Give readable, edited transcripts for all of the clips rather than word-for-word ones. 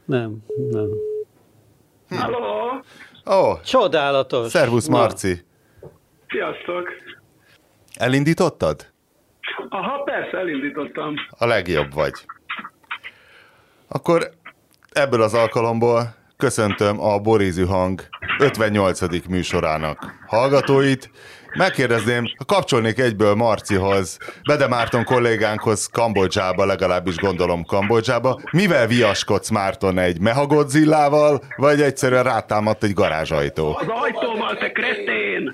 Nem. Halló? Ó, Csodálatos. szervusz, Marci. Sziasztok! Elindítottad? Aha, persze, elindítottam. A legjobb vagy. Akkor ebből az alkalomból köszöntöm a Borízű Hang 58. műsorának hallgatóit. Megkérdezném, kapcsolnék egyből Marcihoz, Bede Márton kollégánkhoz Kambodzsába, legalábbis gondolom Kambodzsába. Mivel viaskodsz, Márton, egy Mechagodzillával, vagy egyszerűen rátámadt egy garázsajtó? Az ajtóval, te kretén!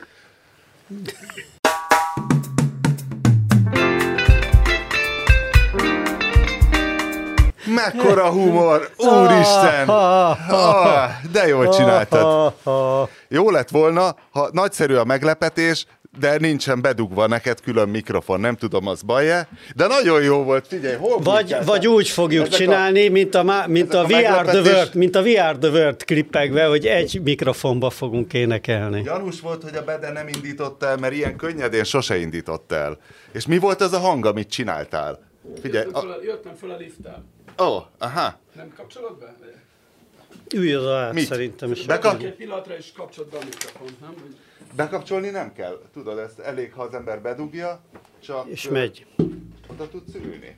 Mekkora humor! Úristen! De jól csináltad. Jó lett volna, ha nagyszerű a meglepetés, de nincsen bedugva neked külön mikrofon, nem tudom, az baj-e, de nagyon jó volt, figyelj, hol Vagy úgy fogjuk csinálni, mint a VR The World klippekben, hogy egy mikrofonba fogunk énekelni. Gyanús volt, hogy a Bede nem indított el, mert ilyen könnyedén sose indított el. És mi volt az a hang, amit csináltál? Figyelj. Jöttem föl a lifttel. Ó, aha. Nem kapcsolod be? Ülj oda át, Mit? szerintem. És Egy pillanatra is kapcsolod be a mikrofont, nem? Bekapcsolni nem kell. Tudod, ezt elég, ha az ember bedugja, csak... És megy. Oda tudsz ülni.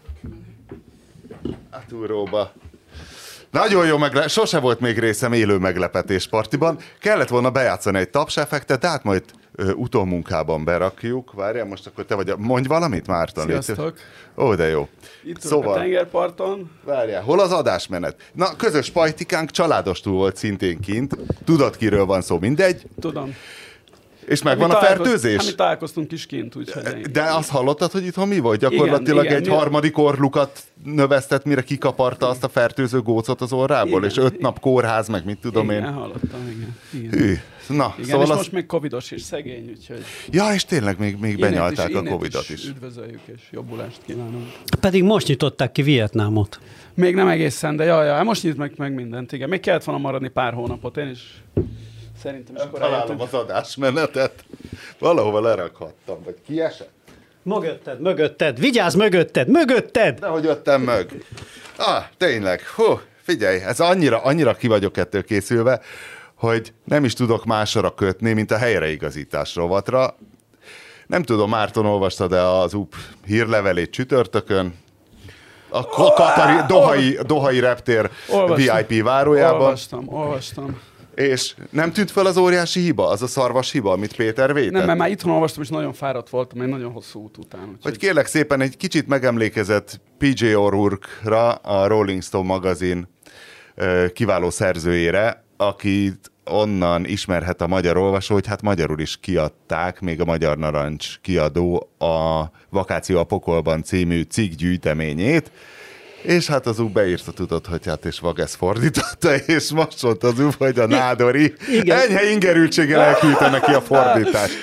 A túróba. Nagyon jó sose volt még részem élő meglepetés partiban. Kellett volna bejátszani egy tapseffektet, de hát majd utómunkában berakjuk. Várjál, most akkor te vagy mondj valamit, Márton. Sziasztok. Ó, de jó. Itt szóval, a tengerparton. Várjál, hol az adásmenet? Na, közös pajtikánk családostul volt szintén kint. Tudod, kiről van szó, mindegy? Tudom. És megvan a fertőzés? Mi találkoztunk is kint, úgyhogy... De azt hallottad, hogy itthon mi volt? Gyakorlatilag igen, egy harmadik orlukat növesztett, mire kikaparta azt a fertőző gócot az orrából, igen, és 5 nap kórház, meg mit tudom én. Igen, hallottam, igen. Hű. Na, igen, szóval és most még covidos és szegény, úgyhogy... Ja, és tényleg még benyalták a covidot is. Üdvözöljük és jobbulást kívánunk. Pedig most nyitották ki Vietnámot. Még nem egészen, de jaj, most nyit meg mindent, igen. Még kellett volna maradni pár hónapot, én is szerintem is korán találom az adásmenetet. Valahova lerakhattam, vagy kiesett? Mögötted, vigyázz mögötted! Dehogy jöttem meg. Tényleg, figyelj, ez annyira ki vagyok ettől készülve, hogy nem is tudok másra kötni, mint a helyreigazítás rovatra. Nem tudom, Márton, olvastad-e az UP hírlevelét csütörtökön? A Dohai reptér VIP várójában. Olvastam. És nem tűnt fel az óriási hiba, az a szarvas hiba, amit Péter vétett? Nem, mert már itthon olvastam, és nagyon fáradt voltam, egy nagyon hosszú út után. Úgyhogy... Hogy kérlek szépen egy kicsit megemlékezett PJ O'Rourke-ra, a Rolling Stone magazin kiváló szerzőjére, akit onnan ismerhet a magyar olvasó, hogy hát magyarul is kiadták, még a Magyar Narancs kiadó a Vakáció a Pokolban című cikkgyűjteményét, és hát az UB beírta, tudod, hogy hát és Vagesz fordította, és most volt az UB, hogy a Nádori enyhe ingerültséggel elküldte neki a fordítást.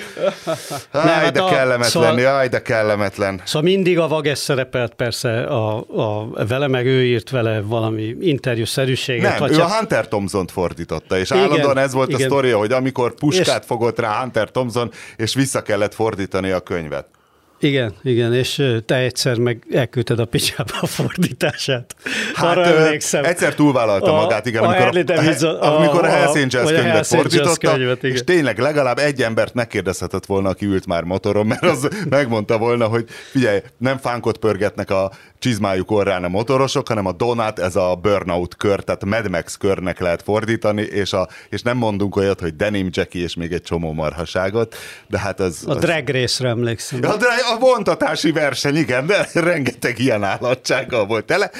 De kellemetlen, de kellemetlen. Szóval mindig a Vagesz szerepelt persze vele, meg ő írt vele valami interjúszerűséget. Nem, ő a Hunter Thompsont fordította, és állandóan ez volt a sztoria, hogy amikor puskát fogott rá Hunter Thompson, és vissza kellett fordítani a könyvet. Igen, és te egyszer meg elküldted a picsába a fordítását. Hát egyszer túlvállalta magát, igen, amikor a Hells Angels könyvet fordította, és tényleg legalább egy embert megkérdezhetett volna, aki ült már motoron, mert az megmondta volna, hogy figyelj, nem fánkot pörgetnek a csizmájuk orrán a motorosok, hanem a donut, ez a burnout kör, tehát Mad Max körnek lehet fordítani, és nem mondunk olyat, hogy denim Jackie és még egy csomó marhaságot, de hát az... A drag race-re emlékszem. A vontatási verseny, igen, de rengeteg ilyen állatsággal volt tele,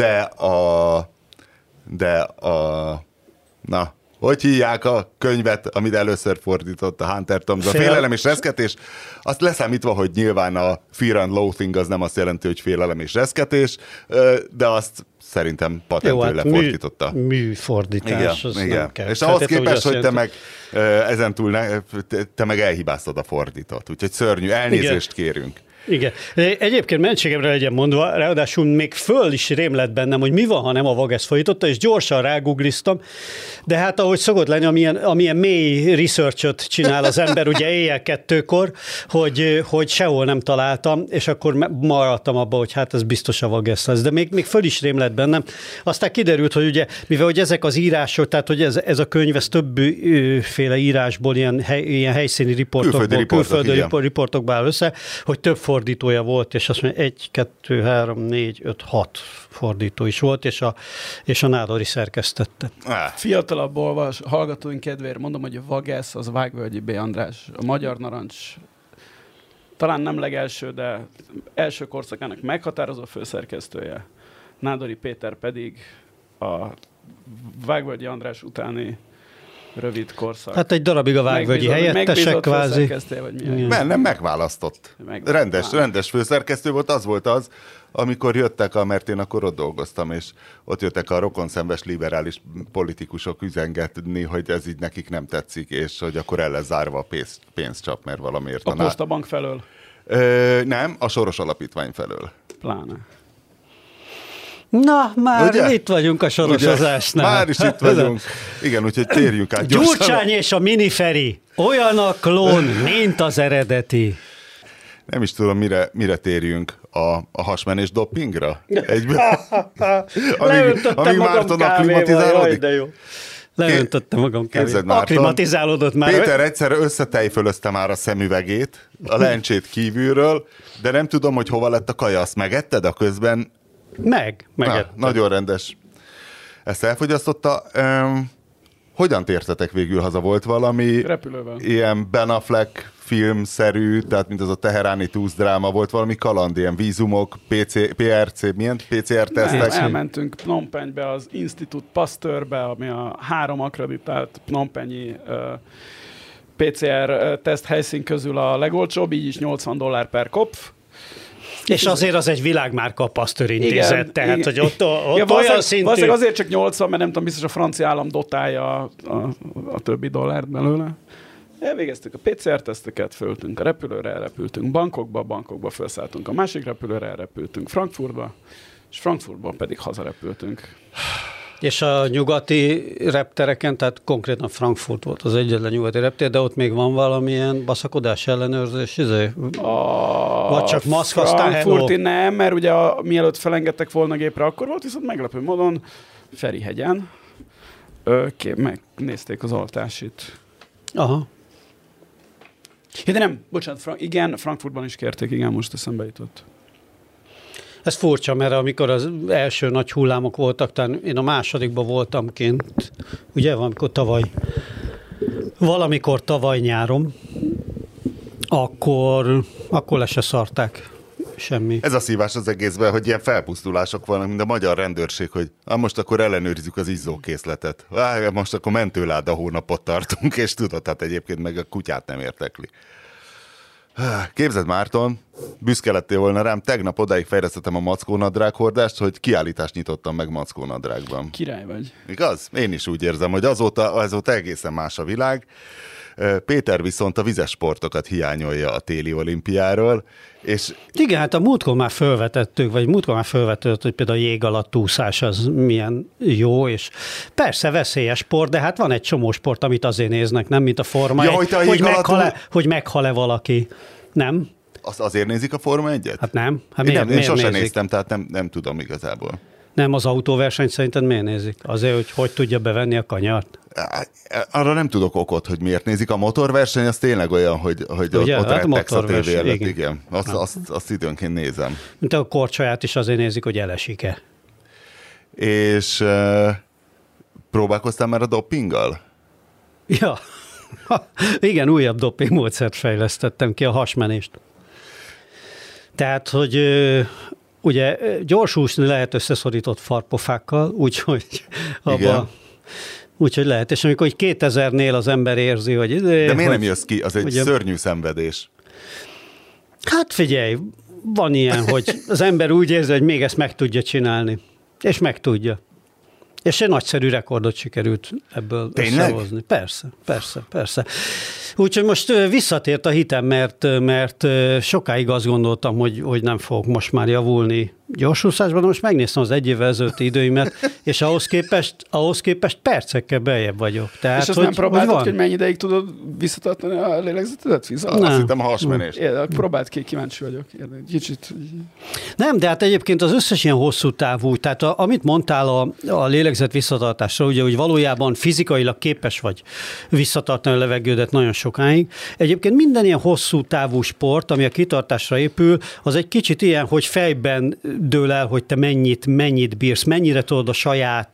na, hogy hívják a könyvet, amit először fordított a Hunter Thompson? Félelem és reszketés. Azt leszámítva, hogy nyilván a Fear and Loathing az nem azt jelenti, hogy félelem és reszketés, de azt szerintem patentül lefordította. Műfordítás. Igen. Nem kell. És ahhoz képest, hogy te meg ezentúl te meg elhibáztad a fordítót. Úgyhogy szörnyű, elnézést kérünk. Igen. Egyébként mentségemre legyen mondva, ráadásul még föl is rém lett bennem, hogy mi van, ha nem a VAG ezt folytotta, és gyorsan rágoogliztam, de hát ahogy szokott lenni, amilyen mély research-öt csinál az ember, ugye éjjel 2-kor, hogy sehol nem találtam, és akkor maradtam abba, hogy hát ez biztos a VAG lesz. De még föl is rém lett bennem. Aztán kiderült, hogy ugye, mivel hogy ezek az írások, tehát hogy ez a könyv, ez többféle írásból, ilyen helyszíni riportokból, külföldi riportokból áll össze, hogy több fordítója volt, és azt mondja, 1, 2, 3, 4, 5, 6 fordító is volt, és a Nádori szerkesztette. Fiatalabb hallgatóink kedvéért mondom, hogy a Vagesz az Vágvölgyi B. András, a Magyar Narancs talán nem legelső, de első korszakának meghatározó főszerkesztője. Nádori Péter pedig a Vágvölgyi András utáni rövid korszak. Hát egy darabig a Vágvölgyi helyettesek kvázi. Nem megválasztott. Rendes főszerkesztő volt, az, amikor jöttek, mert én akkor ott dolgoztam, és ott jöttek a rokonszenves liberális politikusok üzengetni, hogy ez így nekik nem tetszik, és hogy akkor el lesz zárva a pénzcsap, mert valamiért. A Postabank felől? Nem, a Soros Alapítvány felől. Pláne. Na, már ugye? Itt vagyunk a sorosozásnál. Már is itt vagyunk. Igen, úgyhogy térjünk át gyorsan. Gyurcsány és a miniferi. Olyan a klón, mint az eredeti. Nem is tudom, mire térjünk. A hasmenés doppingra? Leöntöttem magam kávéval, jaj, de jó. Leöntöttem magam kávéval. Akklimatizálódott már. Péter egyszer összetejfölözte már a szemüvegét, a lencsét kívülről, de nem tudom, hogy hova lett a kaja. Azt megetted a közben? Megettem. Nagyon rendes. Ezt elfogyasztotta. Hogyan tértetek végül haza? Volt valami repülővel. Ilyen Ben Affleck filmszerű, tehát mint az a teheráni túszdráma, volt valami kaland, ilyen vízumok, PRC, milyen PCR-tesztek? Elmentünk Phnom Penhbe, az Institut Pasteurbe, ami a 3 akkreditált Phnom Penhi PCR-teszt helyszín közül a legolcsóbb, így is $80 per kopf. És azért az egy világmárka a Pasteur intézet, igen, tehát igen. Hogy ott olyan szintű... Valószínűleg azért csak 80, mert nem tudom, biztos a francia állam dotálja a többi dollárt belőle. Elvégeztük a PCR-teszteket, föltünk a repülőre, elrepültünk Bangkokba felszálltunk a másik repülőre, elrepültünk Frankfurtba, és Frankfurtban pedig hazarepültünk. És a nyugati reptereken, tehát konkrétan Frankfurt volt az egyetlen nyugati reptér, de ott még van valamilyen baszakodás ellenőrzés? Vagy csak maszk, aztán Frankfurti nem, mert ugye mielőtt felengedtek volna gépre, akkor volt, viszont meglepő módon Ferihegyen megnézték az oltásit. Aha. De nem, bocsánat, igen, Frankfurtban is kérték, igen, most eszembe jutott. Ez furcsa, mert amikor az első nagy hullámok voltak, talán én a másodikban voltam kint, ugye, valamikor tavaly nyáron, akkor le se szarták semmi. Ez a szívás az egészben, hogy ilyen felpusztulások vannak, mint a magyar rendőrség, hogy most akkor ellenőrizzük az izzókészletet. Most akkor mentőláda hónapot tartunk, és tudod, hát egyébként meg a kutyát nem értekli. Képzeld, Márton, büszke lettél volna rám, tegnap odáig fejlesztettem a mackónadrághordást, hogy kiállítást nyitottam meg mackónadrágban. Király vagy. Igaz? Én is úgy érzem, hogy azóta egészen más a világ. Péter viszont a vizes sportokat hiányolja a téli olimpiáról, és... Igen, hát a múltkor már felvetettük, hogy például a jég alatt úszás az milyen jó, és persze veszélyes sport, de hát van egy csomó sport, amit azért néznek, nem mint a Forma 1, hogy meghal-e valaki. Nem? Azért nézik a Forma 1-et? Hát nem. Hát Én sosem néztem, tehát nem tudom igazából. Nem, az autóversenyt szerinted miért nézik? Azért, hogy tudja bevenni a kanyart? Arra nem tudok okot, hogy miért nézik. A motorverseny az tényleg olyan, hogy ugye, ott hát rettegsz a tévé előtt. Igen. Igen. Azt időnként nézem. Mint a korcsolyát is azért nézik, hogy elesik-e. És próbálkoztál már a doppinggal? Ja. Igen, újabb dopingmódszert fejlesztettem ki, a hasmenést. Tehát, hogy... Ugye gyorsúszni lehet összeszorított farpofákkal, úgyhogy lehet. És amikor 2000-nél az ember érzi, hogy... De miért nem jössz ki? Az egy szörnyű szenvedés. Hát figyelj, van ilyen, hogy az ember úgy érzi, hogy még ezt meg tudja csinálni. És meg tudja. És egy nagyszerű rekordot sikerült ebből összehozni. Persze. Úgyhogy most visszatért a hitem, mert sokáig azt gondoltam, hogy nem fogok most már javulni gyorsúszásban, de most megnéztem az egy évvel ezelőtti időimet, és ahhoz képest percekkel beljebb vagyok. Tehát, és azt nem próbáltad, hogy mennyi ideig tudod visszatartani a lélegzetedet? Azt hittem a hasmenést. Próbáld ki, kíváncsi vagyok. Kicsit. Nem, de hát egyébként az összes ilyen hosszú távú, tehát amit mondtál a lélegzet visszatartásra, ugye, hogy valójában fizikailag képes vagy visszatartani a levegődet nagyon sokáig. Egyébként minden ilyen hosszú távú sport, ami a kitartásra épül, az egy kicsit ilyen, hogy fejben dől el, hogy te mennyit bírsz, mennyire tudod a saját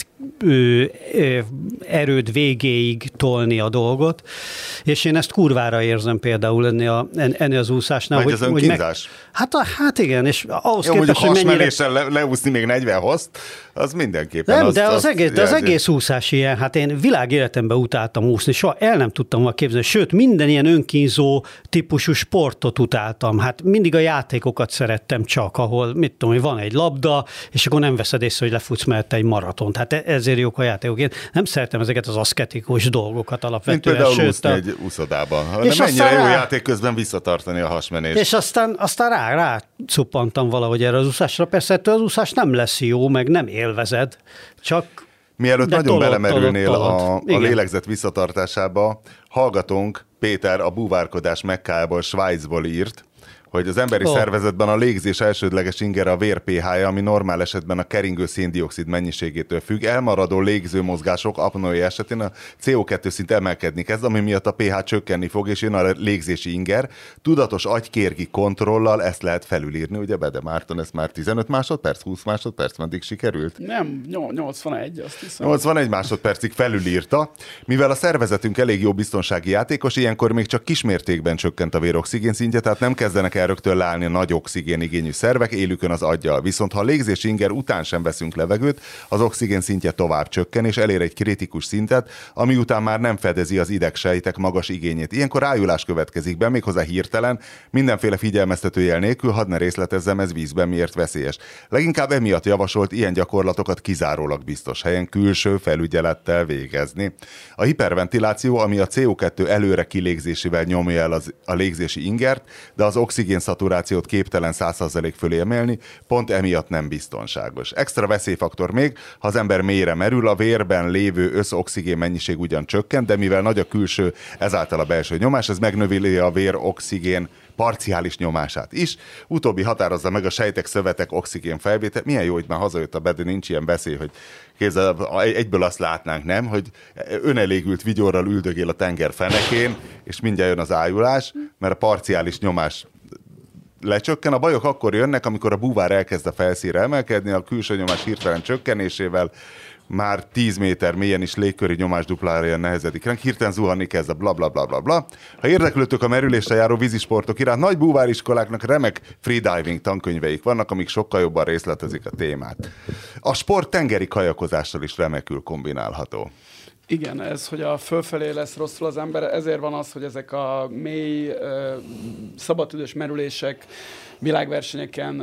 erőd végéig tolni a dolgot, és én ezt kurvára érzem például ennél az úszásnál. Vagy az önkínzás? Hát igen, és ahhoz jó, képest, hogy hasmenéssel leúszni még 40 hozt, az mindenképpen. Nem, de az egész úszás ilyen, hát én világéletemben utáltam úszni, soha el nem tudtam volna képzelni, sőt, minden ilyen önkínzó típusú sportot utáltam. Hát mindig a játékokat szerettem csak, ahol, mit tudom, hogy van egy labda, és akkor nem veszed észre, hogy lefutsz mellette egy maratont. Hát ezért jók a játékok. Én nem szeretem ezeket az aszketikus dolgokat alapvetően. Mint például úszni egy úszodában. De mennyire jó játék közben visszatartani a hasmenést. És aztán rá cuppantam valahogy erre az úszásra. Persze ettől az úszás nem lesz jó, meg nem élvezed, csak mielőtt nagyon belemerülnél a lélegzet visszatartásába, hallgatónk Péter a búvárkodás Mekkájából, Svájcból írt, hogy az emberi szervezetben a légzés elsődleges inger a vér pH-ja, ami normál esetben a keringő széndioxid mennyiségétől függ. Elmaradó légző mozgások apnoé esetén a CO2 szint emelkedni kezd, ami miatt a pH csökkenni fog, és jön a légzési inger. Tudatos agykérgi kontrollal ezt lehet felülírni, ugye Bede Márton, ez már 15 másodperc, 20 másodperc, meddig sikerült? Nem, 81, azt hiszem. 81 másodpercig felülírta. Mivel a szervezetünk elég jó biztonsági játékos, ilyenkor még csak kismértékben csökkent a véroxigén szintje, tehát nem kezdenek el rögtön leállni a nagy oxigénigényű szervek, élükön az aggyal. Viszont ha a légzési inger után sem veszünk levegőt, az oxigén szintje tovább csökken, és elér egy kritikus szintet, ami után már nem fedezi az idegsejtek magas igényét. Ilyenkor ájulás következik be, méghozzá hirtelen, mindenféle figyelmeztető jel nélkül, hadd ne részletezzem, ez vízben miért veszélyes. Leginkább emiatt javasolt ilyen gyakorlatokat kizárólag biztos helyen külső felügyelettel végezni. A hiperventiláció, ami a CO2 előre kilégzésével nyomja el a légzési ingert, de az oxigén szaturációt képtelen 100% fölé emelni, pont emiatt nem biztonságos. Extra veszélyfaktor még, ha az ember mélyre merül, a vérben lévő összoxigén mennyiség ugyan csökken, de mivel nagy a külső, ezáltal a belső nyomás, ez megnöveli a vér oxigén parciális nyomását is. Utóbbi határozza meg a sejtek, szövetek oxigén felvétel. Milyen jó, hogy már hazajött a Bedő, nincs ilyen veszély, hogy képzel, egyből azt látnánk, nem, hogy önelégült vigyorral üldögél a tenger fenekén, és mindjárt jön az ájulás, mert a parciális nyomás lecsökken. A bajok akkor jönnek, amikor a búvár elkezd a felszínre emelkedni, a külső nyomás hirtelen csökkenésével már 10 méter mélyen is légköri nyomás duplára nehezedik ránk, hirtelen zuhanni kezd a bla bla bla bla bla. Ha érdeklődtök a merülésre járó vízisportok iránt, nagy búváriskoláknak remek freediving tankönyveik vannak, amik sokkal jobban részletezik a témát. A sport tengeri kajakozással is remekül kombinálható. Igen, ez, hogy a fölfelé lesz rosszul az ember, ezért van az, hogy ezek a mély, szabadtüdős merülések világversenyeken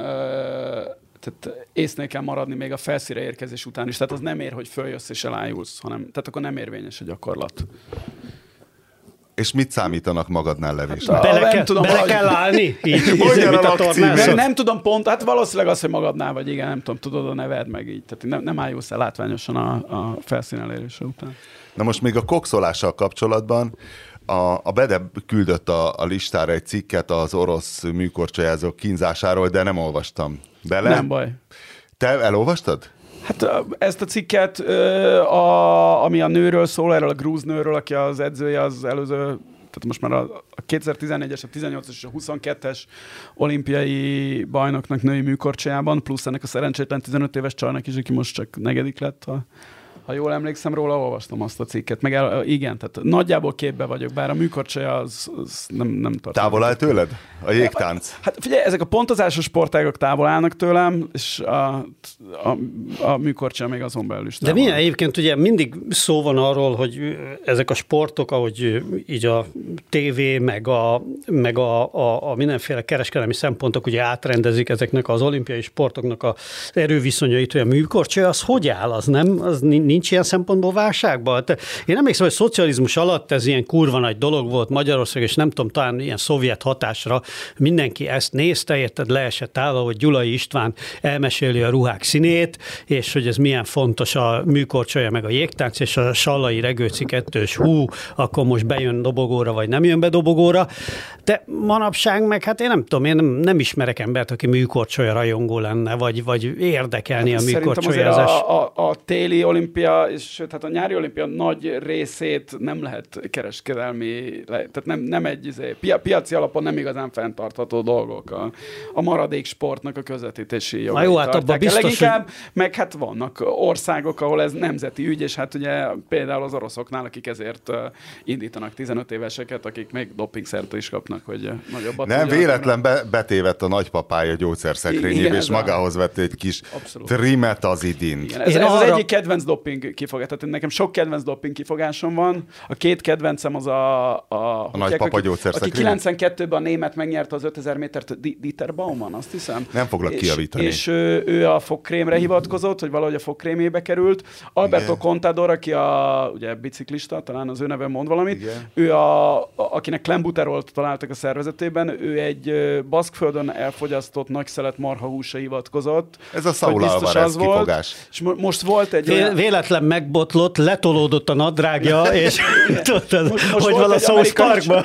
tehát észnél kell maradni még a felszínre érkezés után is. Tehát az nem ér, hogy följössz és elájulsz, hanem, tehát akkor nem érvényes a gyakorlat. És mit számítanak magadnál levés? Hát, bele kell állni? Nem tudom pont, hát valószínűleg az, hogy magadnál vagy, igen, nem tudom, tudod a neved meg így. Tehát nem ájulsz el látványosan a felszín elérése után. Na most még a kokszolással kapcsolatban a Bede küldött a listára egy cikket az orosz műkorcsolyázók kínzásáról, de nem olvastam bele. Nem baj. Te elolvastad? Hát ezt a cikket, ami a nőről szól, erről a grúz nőről, aki az edzője az előző, tehát most már a 2014-es, a 18-as és a 22-es olimpiai bajnoknak női műkorcsolyában, plusz ennek a szerencsétlen 15 éves csajnak is, aki most csak negyedik lett, ha jól emlékszem róla, olvastam azt a cikket. Meg igen, tehát nagyjából képbe vagyok, bár a műkorcsolya az nem tartom. Távol áll tőled? A jégtánc? Hát figyelj, ezek a pontozásos sportágok távol állnak tőlem, és a műkorcsolya még azon belül is távol. De milyen egyébként ugye mindig szó van arról, hogy ezek a sportok, ahogy így a tévé, meg a mindenféle kereskedelmi szempontok ugye átrendezik ezeknek az olimpiai sportoknak az erőviszonyait, hogy a műkorcsolya az hogy áll? Az nem, az nincs ilyen szempontból válságban? Én emlékszem, hogy szocializmus alatt ez ilyen kurva nagy dolog volt Magyarország, és nem tudom, talán ilyen szovjet hatásra mindenki ezt nézte, érted, leesett állva, hogy Gyulai István elmeséli a ruhák színét, és hogy ez milyen fontos a műkorcsolya meg a jégtánc, és a Sallai Regőci kettős, akkor most bejön dobogóra, vagy nem jön be dobogóra. De manapság meg, hát én nem tudom, én nem ismerek embert, aki műkorcsolya rajongó lenne, vagy érdekelni a műkorcsolyázás. A téli olimpia, és sőt, hát a nyári olimpia nagy részét nem lehet kereskedelmi, tehát nem egy piaci alapon nem igazán fenntartható dolgok. A maradék sportnak a közvetítési jogai. Jó, hát abban biztos, leginkább, meg hát vannak országok, ahol ez nemzeti ügy, és hát ugye például az oroszoknál, akik ezért indítanak 15 éveseket, akik még dopingszert is kapnak, hogy nagyobbat. Nem, véletlen betévett a nagypapája gyógyszerszekrényébe, és magához vett egy kis trimetazidint. Ez az egyik kedvenc doping kifogás. Tehát nekem sok kedvenc doping kifogásom van. A két kedvencem az a nagypapa gyógyszerszekrény. Aki 92-ben a német megnyerte az 5000 métert, Dieter Baumann, azt hiszem. Nem foglak kijavítani. És ő a fogkrémre hivatkozott, hogy valahogy a fogkrémébe került. Alberto Contador, aki ugye biciklista, talán az ő neve mond valamit. Igen. Ő akinek klembuterolt találtak a szervezetében, ő egy Baszkföldön elfogyasztott nagyszelet marhahúsra hivatkozott. Ez a Saul Alvarez kifogás. És most volt egy véletlen megbotlott, letolódott a nadrágja, és tudod, hogy van a South Parkban.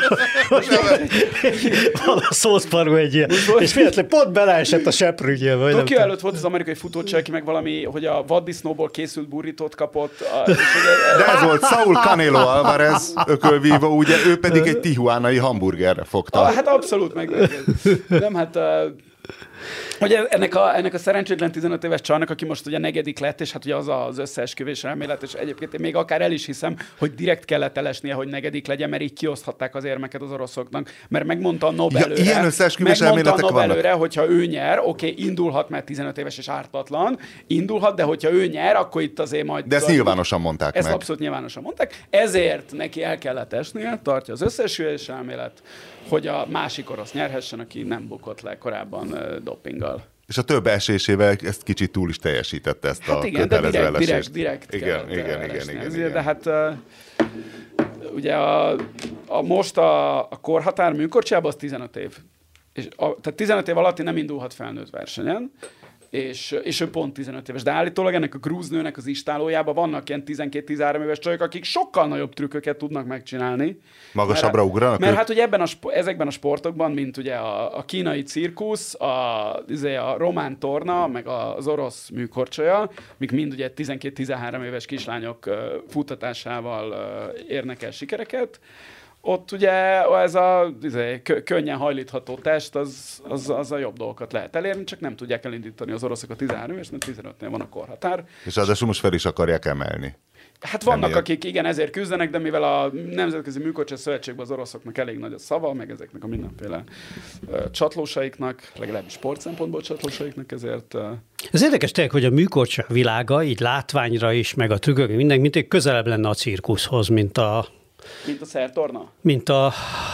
Van a South Parkban egy ilyen. És véletlen pont beleesett a seprűgyébe. Tokyo előtt volt az amerikai futócsaj, aki meg valami, hogy a vaddisznóból készült burritót kapott. De ez volt Saul Canelo Alvarez ökölvívó, ugye ő pedig egy tijuánai hamburgerre fogta. Hát abszolút meg. Nem, hát... Hogy ennek a szerencsétlen 15 éves csajnak, aki most ugye negyedik lett, és hát ugye az összeesküvés elmélet, és egyébként én még akár el is hiszem, hogy direkt kellett elesnie, hogy negyedik legyen, mert így kioszthatták az érmeket az oroszoknak, mert megmondta a Nobelőre, ilyen összeesküvés elméletek vannak. Hogyha ő nyer, oké, indulhat, mert 15 éves és ártatlan, indulhat, de hogyha ő nyer, akkor itt azért majd... De ezt nyilvánosan mondták meg. Ezt abszolút nyilvánosan mondták, ezért neki el kellett esnie, tartja az összeesküvés elmélet, hogy a másik orosz nyerhessen, aki nem bukott le korábban dopinggal. És a több esésével ezt kicsit túl is teljesítette, ezt hát a igen, kötelező de elesést. direkt Igen. De hát ugye most a korhatár műkorcsolyában az 15 év. Tehát 15 év alatt nem indulhat felnőtt versenyen, és ő pont 15 éves. De állítólag ennek a grúznőnek az istálójában vannak ilyen 12-13 éves csajok, akik sokkal nagyobb trükköket tudnak megcsinálni. Magasabbra ugranak? Mert hát ugye ezekben a sportokban, mint ugye a kínai cirkusz, a román torna, meg az orosz műkorcsolya, mik mind ugye 12-13 éves kislányok futtatásával érnek el sikereket. Ott ugye ez a könnyen hajlítható test, az a jobb dolgokat lehet elérni, csak nem tudják elindítani az oroszok a 13 éves, mert 15-nél van a korhatár. És ráadásul most fel is akarják emelni. Hát vannak, akik igen, ezért küzdenek, de mivel a Nemzetközi Műkorcsolya Szövetségben az oroszoknak elég nagy a szava, meg ezeknek a mindenféle csatlósaiknak, legalábbis sport szempontból csatlósaiknak, ezért... Ez érdekes tényleg, hogy a műkorcsolya világa, így látványra is, meg a trükkök, mindenki, mint egy közelebb lenne a cirkuszhoz, mint a szertorna? Mint a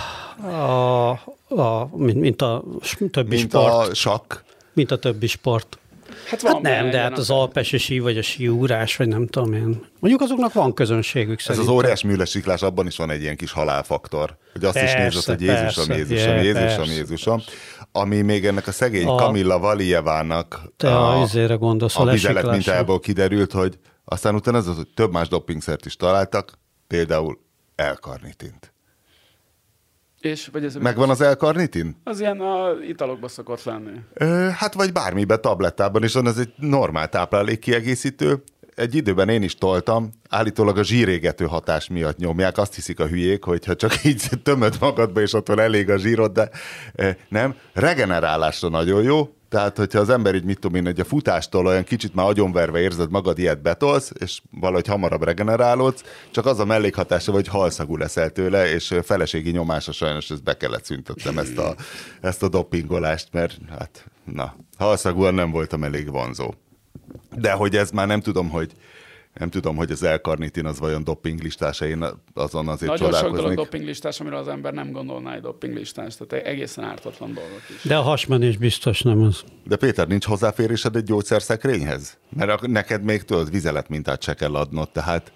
többi sport. Mint a sakk? Mint a többi sport. Hát nem, de hát az alpesi sí, vagy a síúrás, vagy nem tudom én. Mondjuk azoknak van közönségük szerintem. Ez az óriás műlesiklás, abban is van egy ilyen kis halálfaktor. Hogy azt persze, is nézed, hogy Jézusom. Ami még ennek a szegény Kamilla Valijevának a vizelet mintájából kiderült, hogy aztán utána az, hogy több más dopingszert is találtak, például L-karnitint. Megvan az L-karnitin? Az ilyen italokban szokott lenni. Hát vagy bármiben, tablettában is van, ez egy normál táplálékkiegészítő. Egy időben én is toltam, állítólag a zsírégető hatás miatt nyomják, azt hiszik a hülyék, hogyha csak így tömöd magadba, és attól elég a zsírod, de nem. Regenerálásra nagyon jó, tehát hogyha az ember így, mit tudom én, hogy a futástól olyan kicsit már agyonverve érzed magad, ilyet betolsz, és valahogy hamarabb regenerálódsz, csak az a mellékhatása, hogy halszagú leszel tőle, és feleségi nyomása sajnos ezt be kellett szüntetnem, ezt a dopingolást, mert hát, halszagúan nem voltam elég vonzó. De hogy ez már nem tudom, hogy Nem tudom, hogy az L-karnitin az vajon dopinglistás, én azon azért nagyon sok csodálkoznék. dolog dopinglistás, amiről az ember nem gondolná egy dopinglistás, tehát egészen ártatlan dolgok is. De a hasmenés biztos nem az. De Péter, nincs hozzáférésed egy gyógyszerszekrényhez? Mert neked még tudod, vizeletmintát se kell adnod, tehát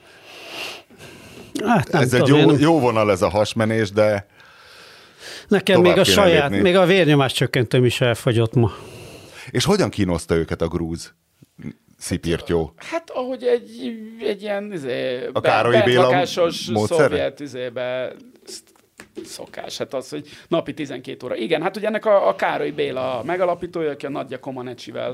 Hát nem ez tudom, egy jó vonal ez a hasmenés, de nekem még tovább a kéne saját, lépni. még a vérnyomás csökkentőm is elfogyott ma. és hogyan kínozta őket a grúz szipirtyó? Hát ahogy egy ilyen A Károly Béla bentlakásos módszere? szovjet szokás. Hát az, hogy napi 12 óra. Igen, hát ugye ennek a Károly Béla megalapítója, aki a Nadja Comanecivel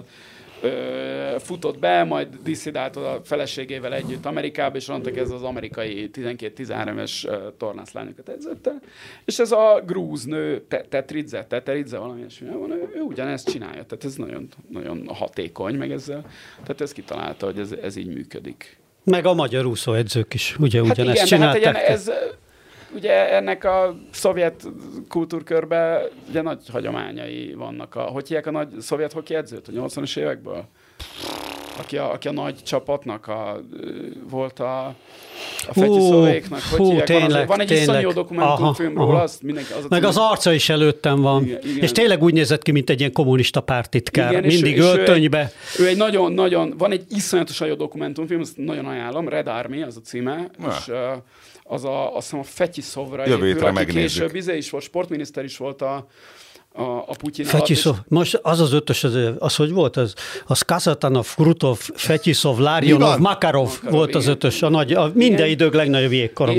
futott be, majd disszidált a feleségével együtt Amerikába, és onnantól ez az amerikai 12-13 éves tornászlányokat edzette. És ez a grúz nő, Teteridze, valami ilyesmi van, ő ugyanezt csinálja. Tehát ez nagyon, nagyon hatékony, meg ezzel. Tehát ez kitalálta, hogy ez így működik. Meg a magyar úszóedzők is ugye Hát ugyanezt igen, csinálták. de hát ugye ennek a szovjet kultúrkörben ugye nagy hagyományai vannak. Hogy hívják a nagy szovjet hoki edzőt a 80-as évekből? Aki a nagy csapatnak volt a fegyiszovéknak. Hogy hívják? Tényleg, van egy iszonyú jó dokumentumfilm róla, azt mindenki... Meg az arca is előttem van. Igen. És tényleg úgy nézett ki, mint egy ilyen kommunista pártitkár. Igen, mindig és öltönybe. Ő egy nagyon-nagyon... Van egy iszonyatosan jó dokumentumfilm, azt nagyon ajánlom, Red Army, az a címe, és azt hiszem a Fetyisovra épül, aki később is volt, sportminiszter is volt a Putyin Fetyisov, most az ötös, az hogy volt? Az Kazatanov, Krutov, Fetyisov, Larionov, Makarov volt az ötös, minden idők legnagyobb jégkorom.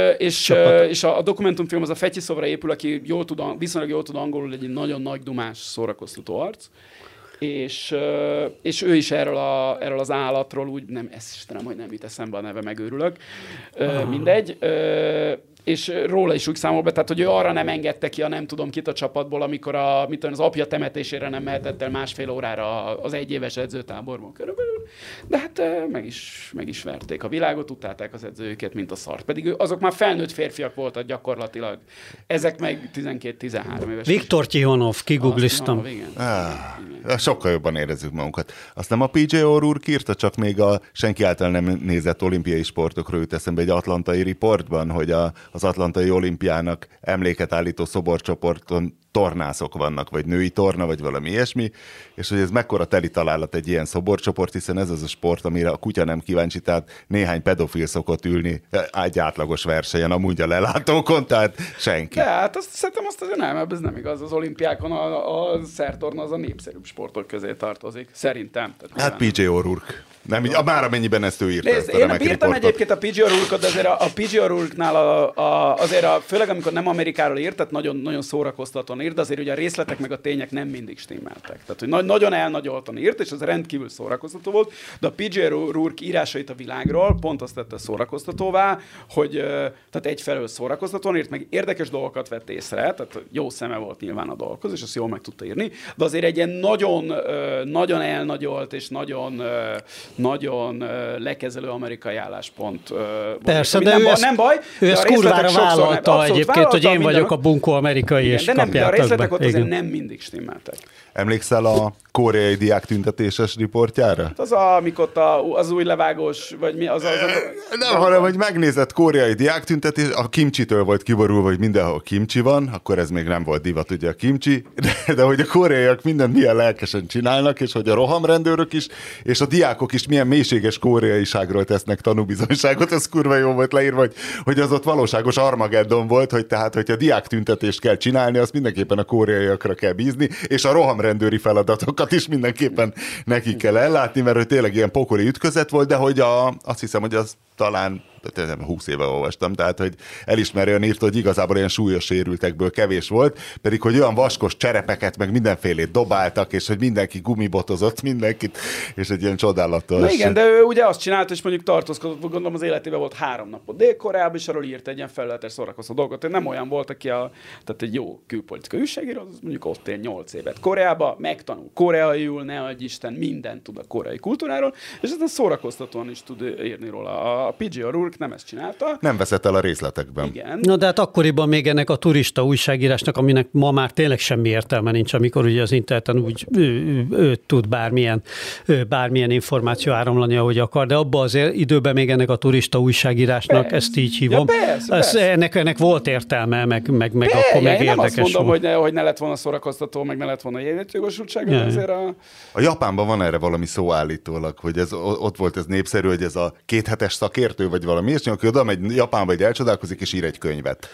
És a dokumentumfilm az a Fetyisovra épül, aki viszonylag jól tud angolul, egy nagyon nagy dumás szórakoztató arc. És ő is erről az állatról úgy, ezt Istenem, hogy nem jut eszembe a neve, megőrülök. Mindegy. És róla is úgy számol be, tehát hogy ő arra nem engedte ki a nem tudom kit a csapatból, amikor az apja temetésére nem mehetett el másfél órára az egyéves edzőtáborban körülbelül. De hát meg is verték a világot, utálták az edzőket, mint a szart. Pedig azok már felnőtt férfiak voltak gyakorlatilag. Ezek meg 12-13 éves. Viktor Tihonov, kigoogliztam. Sokkal jobban érezzük magunkat. Azt nem a PJ úr írta, csak még a senki által nem nézett olimpiai sportokról jut eszembe egy atlantai riportban, hogy az atlantai olimpiának emléket állító szoborcsoporton tornászok vannak, vagy női torna, vagy valami ilyesmi, és hogy ez mekkora teli találat egy ilyen szoborcsoport, hiszen ez az a sport, amire a kutya nem kíváncsi, tehát néhány pedofil szokott ülni egy átlagos versenyen, amúgy a lelátókon, tehát senki. De hát szerintem azért nem, ez nem igaz. Az olimpiákon a szertorna az a népszerűbb sportok közé tartozik. Szerintem. Hát PJ O'Rourke. Nem, már amennyiben ezt ő írta. Nézd, én írtam egyébként a PJ O'Rourke-ot, de azért a PJ O'Rourke-nál azért főleg amikor nem Amerikáról írt, tehát nagyon, nagyon szórakoztatóan írt, de azért ugye a részletek meg a tények nem mindig stimmeltek. Tehát, hogy nagyon elnagyoltan írt, és ez rendkívül szórakoztató volt, de a PJ O'Rourke írásait a világról pont azt tette szórakoztatóvá, hogy tehát egyfelől szórakoztatóan írt, meg érdekes dolgokat vett észre, tehát jó szeme volt nyilván a dolgokhoz, és azt jól meg tudta írni, de azért egy ilyen nagyon, nagyon elnagyolt és nagyon lekezelő amerikai álláspont. Persze, de nem baj. Ő ezt kurvára vállalta egyébként, hogy én vagyok a bunkó amerikai, igen, és de nem, de a részletek ott igen. azért nem mindig stimmeltek. Emlékszel a koreai diák tüntetéses riportjára? Hát amikor ott az új levágós, vagy mi az? Nem, hanem, hogy megnézett koreai diák tüntetés, a kimcsitől volt kiborulva, hogy mindenhol kimcsi van, akkor ez még nem volt divat, ugye a kimcsi, de hogy a koreaiak mindent milyen lelkesen csinálnak, és hogy a rohamrendőrök is, és a diákok is milyen mélységes koreaiságról tesznek tanúbizonyságot, ez kurva jó volt leírva, hogy az ott valóságos Armageddon volt, hogy tehát, hogyha diák tüntetést kell csinálni, azt mindenképpen a koreaiakra kell bízni, és a rohamrendőri feladatokat is mindenképpen nekik kell ellátni, mert hogy tényleg ilyen pokoli ütközet volt, de hogy azt hiszem, hogy az talán 20 éve olvastam, tehát hogy elismerően írta, hogy igazából ilyen súlyos sérültekből kevés volt, pedig hogy olyan vaskos cserepeket, meg mindenfélét dobáltak, és hogy mindenki gumibotozott mindenkit, és egy ilyen csodálatos. Na igen, de ő ugye azt csinált, és mondjuk tartózkodott, gondolom az életében volt 3 napot Dél-Koreában, és arról írt egy ilyen felületes szórakoztató dolgot. Nem olyan volt, aki tehát egy jó külpolitikai újságíró, az mondjuk ott él 8 évet Koreába, megtanul koreaiul, ne adj Isten, mindent tud a koreai kultúráról, és aztán szórakoztatóan is tud írni róla. A PJ O'Rourke O'Rourke nem ezt csinálta. Nem veszett el a részletekben. Igen. Na de hát akkoriban még ennek a turista újságírásnak, aminek ma már tényleg semmi értelme nincs, amikor ugye az interneten úgy ő tud bármilyen információ áramlani, ahogy akar, de abban az időben még ennek a turista újságírásnak, persze. Ezt így hívom. Ja, persze. Ennek volt értelme, meg akkor meg én nem érdekes azt mondom, volt. hogy ne lett volna szórakoztató, meg ne lett volna életjogosultság, azért A Japánban van erre valami szó állítólag, hogy ott volt ez népszerű, hogy ez a 2 hetes szakértő, vagy valami, és aki oda megy Japánba, egy elcsodálkozik, és ír egy könyvet.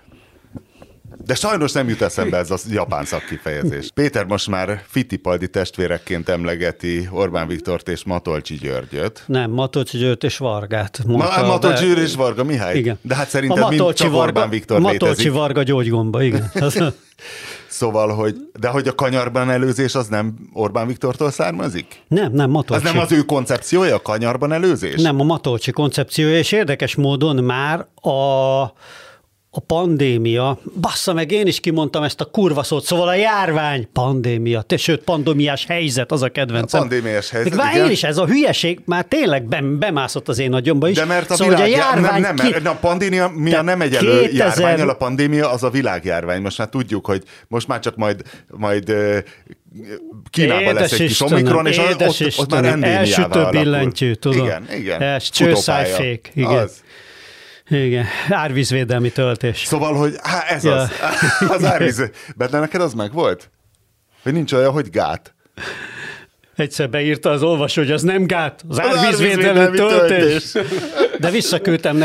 De sajnos nem jut eszembe ez a japán szakkifejezés. Péter most már Fittipaldi testvérekként emlegeti Orbán Viktort és Matolcsy Györgyöt. Nem, Matolcsy Györgyt és Vargát. Matolcsy György és Varga Mihály? Igen. De hát szerinted mind csak Orbán Viktor létezik. Matolcsy Varga gyógygomba, igen. Szóval, hogy a kanyarban előzés az nem Orbán Viktortól származik? Nem, Matolcsy. Ez nem az ő koncepciója, a kanyarban előzés? Nem, a Matolcsy koncepciója, és érdekes módon már a pandémia, bassza meg, én is kimondtam ezt a kurva szót, szóval a járvány, pandémia, sőt, pandémiás helyzet, az a kedvencem. A pandémiás helyzet, igen. Én is, ez a hülyeség már tényleg bemászott az én agyomba is. De mert a szóval, világjárvány... Nem, a pandémia nem egyenlő járványal, a pandémia az a világjárvány. Most már tudjuk, hogy most már csak majd Kínában lesz egy kis omikron, és ott már endémiával elsütő billentyű, tudom. Igen. Csőszájfék, igen. Az. Igen, árvízvédelmi töltés. Szóval, hogy ez az. Az árvíz. De neked az meg volt? Hogy nincs olyan, hogy gát. Egyszer beírta az olvasó, hogy az nem gát, az árvízvédelmi töltés. De visszaküldtem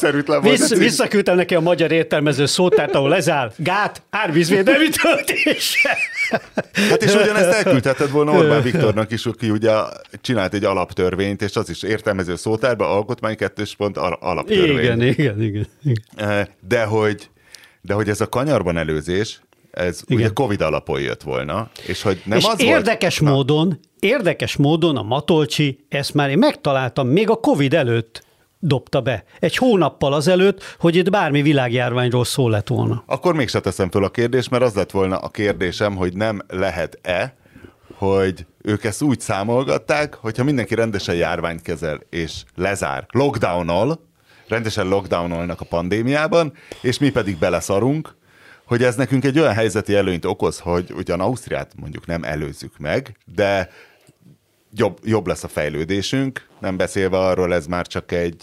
neki a magyar értelmező szótárt, ahol ez áll. Gát, árvízvédelmi töltés. Hát és ugyanezt elküldheted volna Orbán Viktornak is, aki ugye csinált egy alaptörvényt, és az is értelmező szótárba, alkotmány 2. pont alaptörvény. Igen. De hogy ez a kanyarban előzés, ez igen. Ugye Covid alapon jött volna, és hogy nem és az érdekes módon a Matolcsy, ezt már én megtaláltam, még a Covid előtt dobta be. Egy hónappal azelőtt, hogy itt bármi világjárványról szó lett volna. Akkor mégse teszem föl a kérdést, mert az lett volna a kérdésem, hogy nem lehet-e, hogy ők ezt úgy számolgatták, hogyha mindenki rendesen járványt kezel és lezár, rendesen lockdownolnak a pandémiában, és mi pedig beleszarunk, hogy ez nekünk egy olyan helyzeti előnyt okoz, hogy ugyan Ausztriát mondjuk nem előzzük meg, de jobb lesz a fejlődésünk, nem beszélve arról, ez már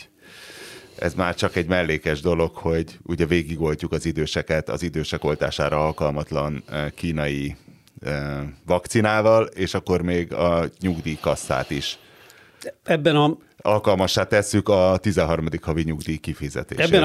csak egy mellékes dolog, hogy ugye végigoltjuk az időseket, az idősek oltására alkalmatlan kínai vakcinával, és akkor még a nyugdíjkasszát is alkalmassá tesszük a 13. havi nyugdíj kifizetésére. Ebben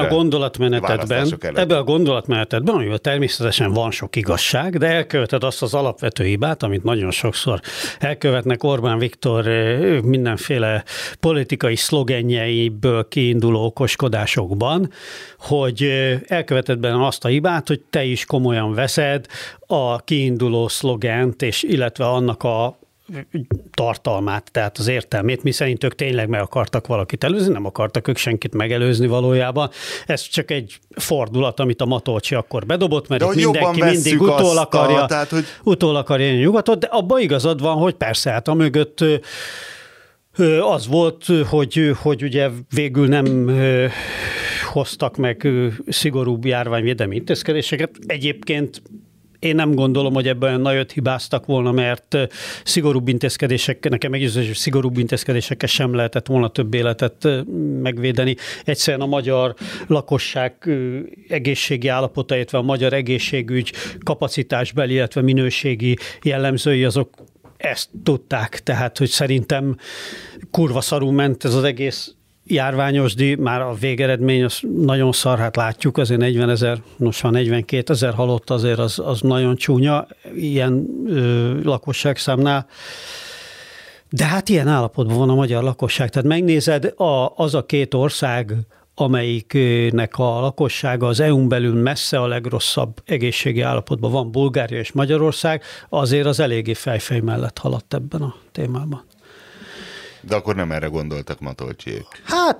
a gondolatmenetetben, amivel természetesen van sok igazság, de elköveted azt az alapvető hibát, amit nagyon sokszor elkövetnek Orbán Viktor mindenféle politikai szlogenjeiből kiinduló okoskodásokban, hogy elköveted benne azt a hibát, hogy te is komolyan veszed a kiinduló szlogent, és illetve annak a tartalmát, tehát az értelmét, miszerint ők tényleg meg akartak valakit előzni, nem akartak ők senkit megelőzni valójában. Ez csak egy fordulat, amit a Matolcsy akkor bedobott, mert itt mindenki mindig utól akarja nyugatot, de abban igazad van, hogy persze, hát amögött az volt, hogy ugye végül nem hoztak meg szigorúbb járványvédelmi intézkedéseket. Egyébként én nem gondolom, hogy ebben olyan nagyot hibáztak volna, mert nekem meggyőződés, hogy szigorúbb intézkedésekkel sem lehetett volna több életet megvédeni. Egyszerűen a magyar lakosság egészségi állapota, illetve a magyar egészségügy kapacitásbeli, illetve minőségi jellemzői azok ezt tudták. Tehát, hogy szerintem kurva szarul ment ez az egész járványosdi, már a végeredmény az nagyon szar, hát látjuk, azért 40 000, most van 42 000 halott, azért az nagyon csúnya ilyen lakosságszámnál. De hát ilyen állapotban van a magyar lakosság. Tehát megnézed, az a 2 ország, amelyiknek a lakossága az EU-n belül messze a legrosszabb egészségi állapotban van, Bulgária és Magyarország, azért az eléggé fejfej mellett haladt ebben a témában. De akkor nem erre gondoltak Matolcsiék. Hát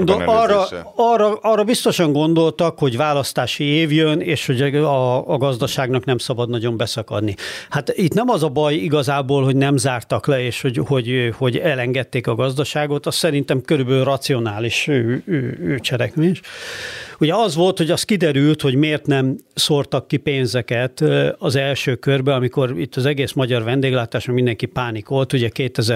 arra biztosan gondoltak, hogy választási év jön, és hogy a gazdaságnak nem szabad nagyon beszakadni. Hát itt nem az a baj igazából, hogy nem zártak le, és hogy elengedték a gazdaságot, az szerintem körülbelül racionális cselekvés. Ugye az volt, hogy az kiderült, hogy miért nem szórtak ki pénzeket az első körben, amikor itt az egész magyar vendéglátáson mindenki pánikolt, ugye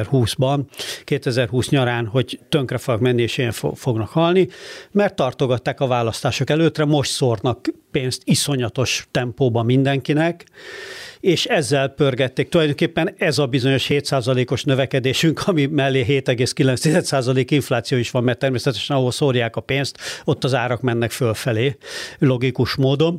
2020 nyarán, hogy tönkre fognak menni, és ilyen fognak halni, mert tartogatták a választások előttre, most szórnak pénzt iszonyatos tempóban mindenkinek, és ezzel pörgették. Tulajdonképpen ez a bizonyos 7%-os növekedésünk, ami mellé 7,9% infláció is van, mert természetesen ahol szórják a pénzt, ott az árak mennek fölfelé, logikus módon.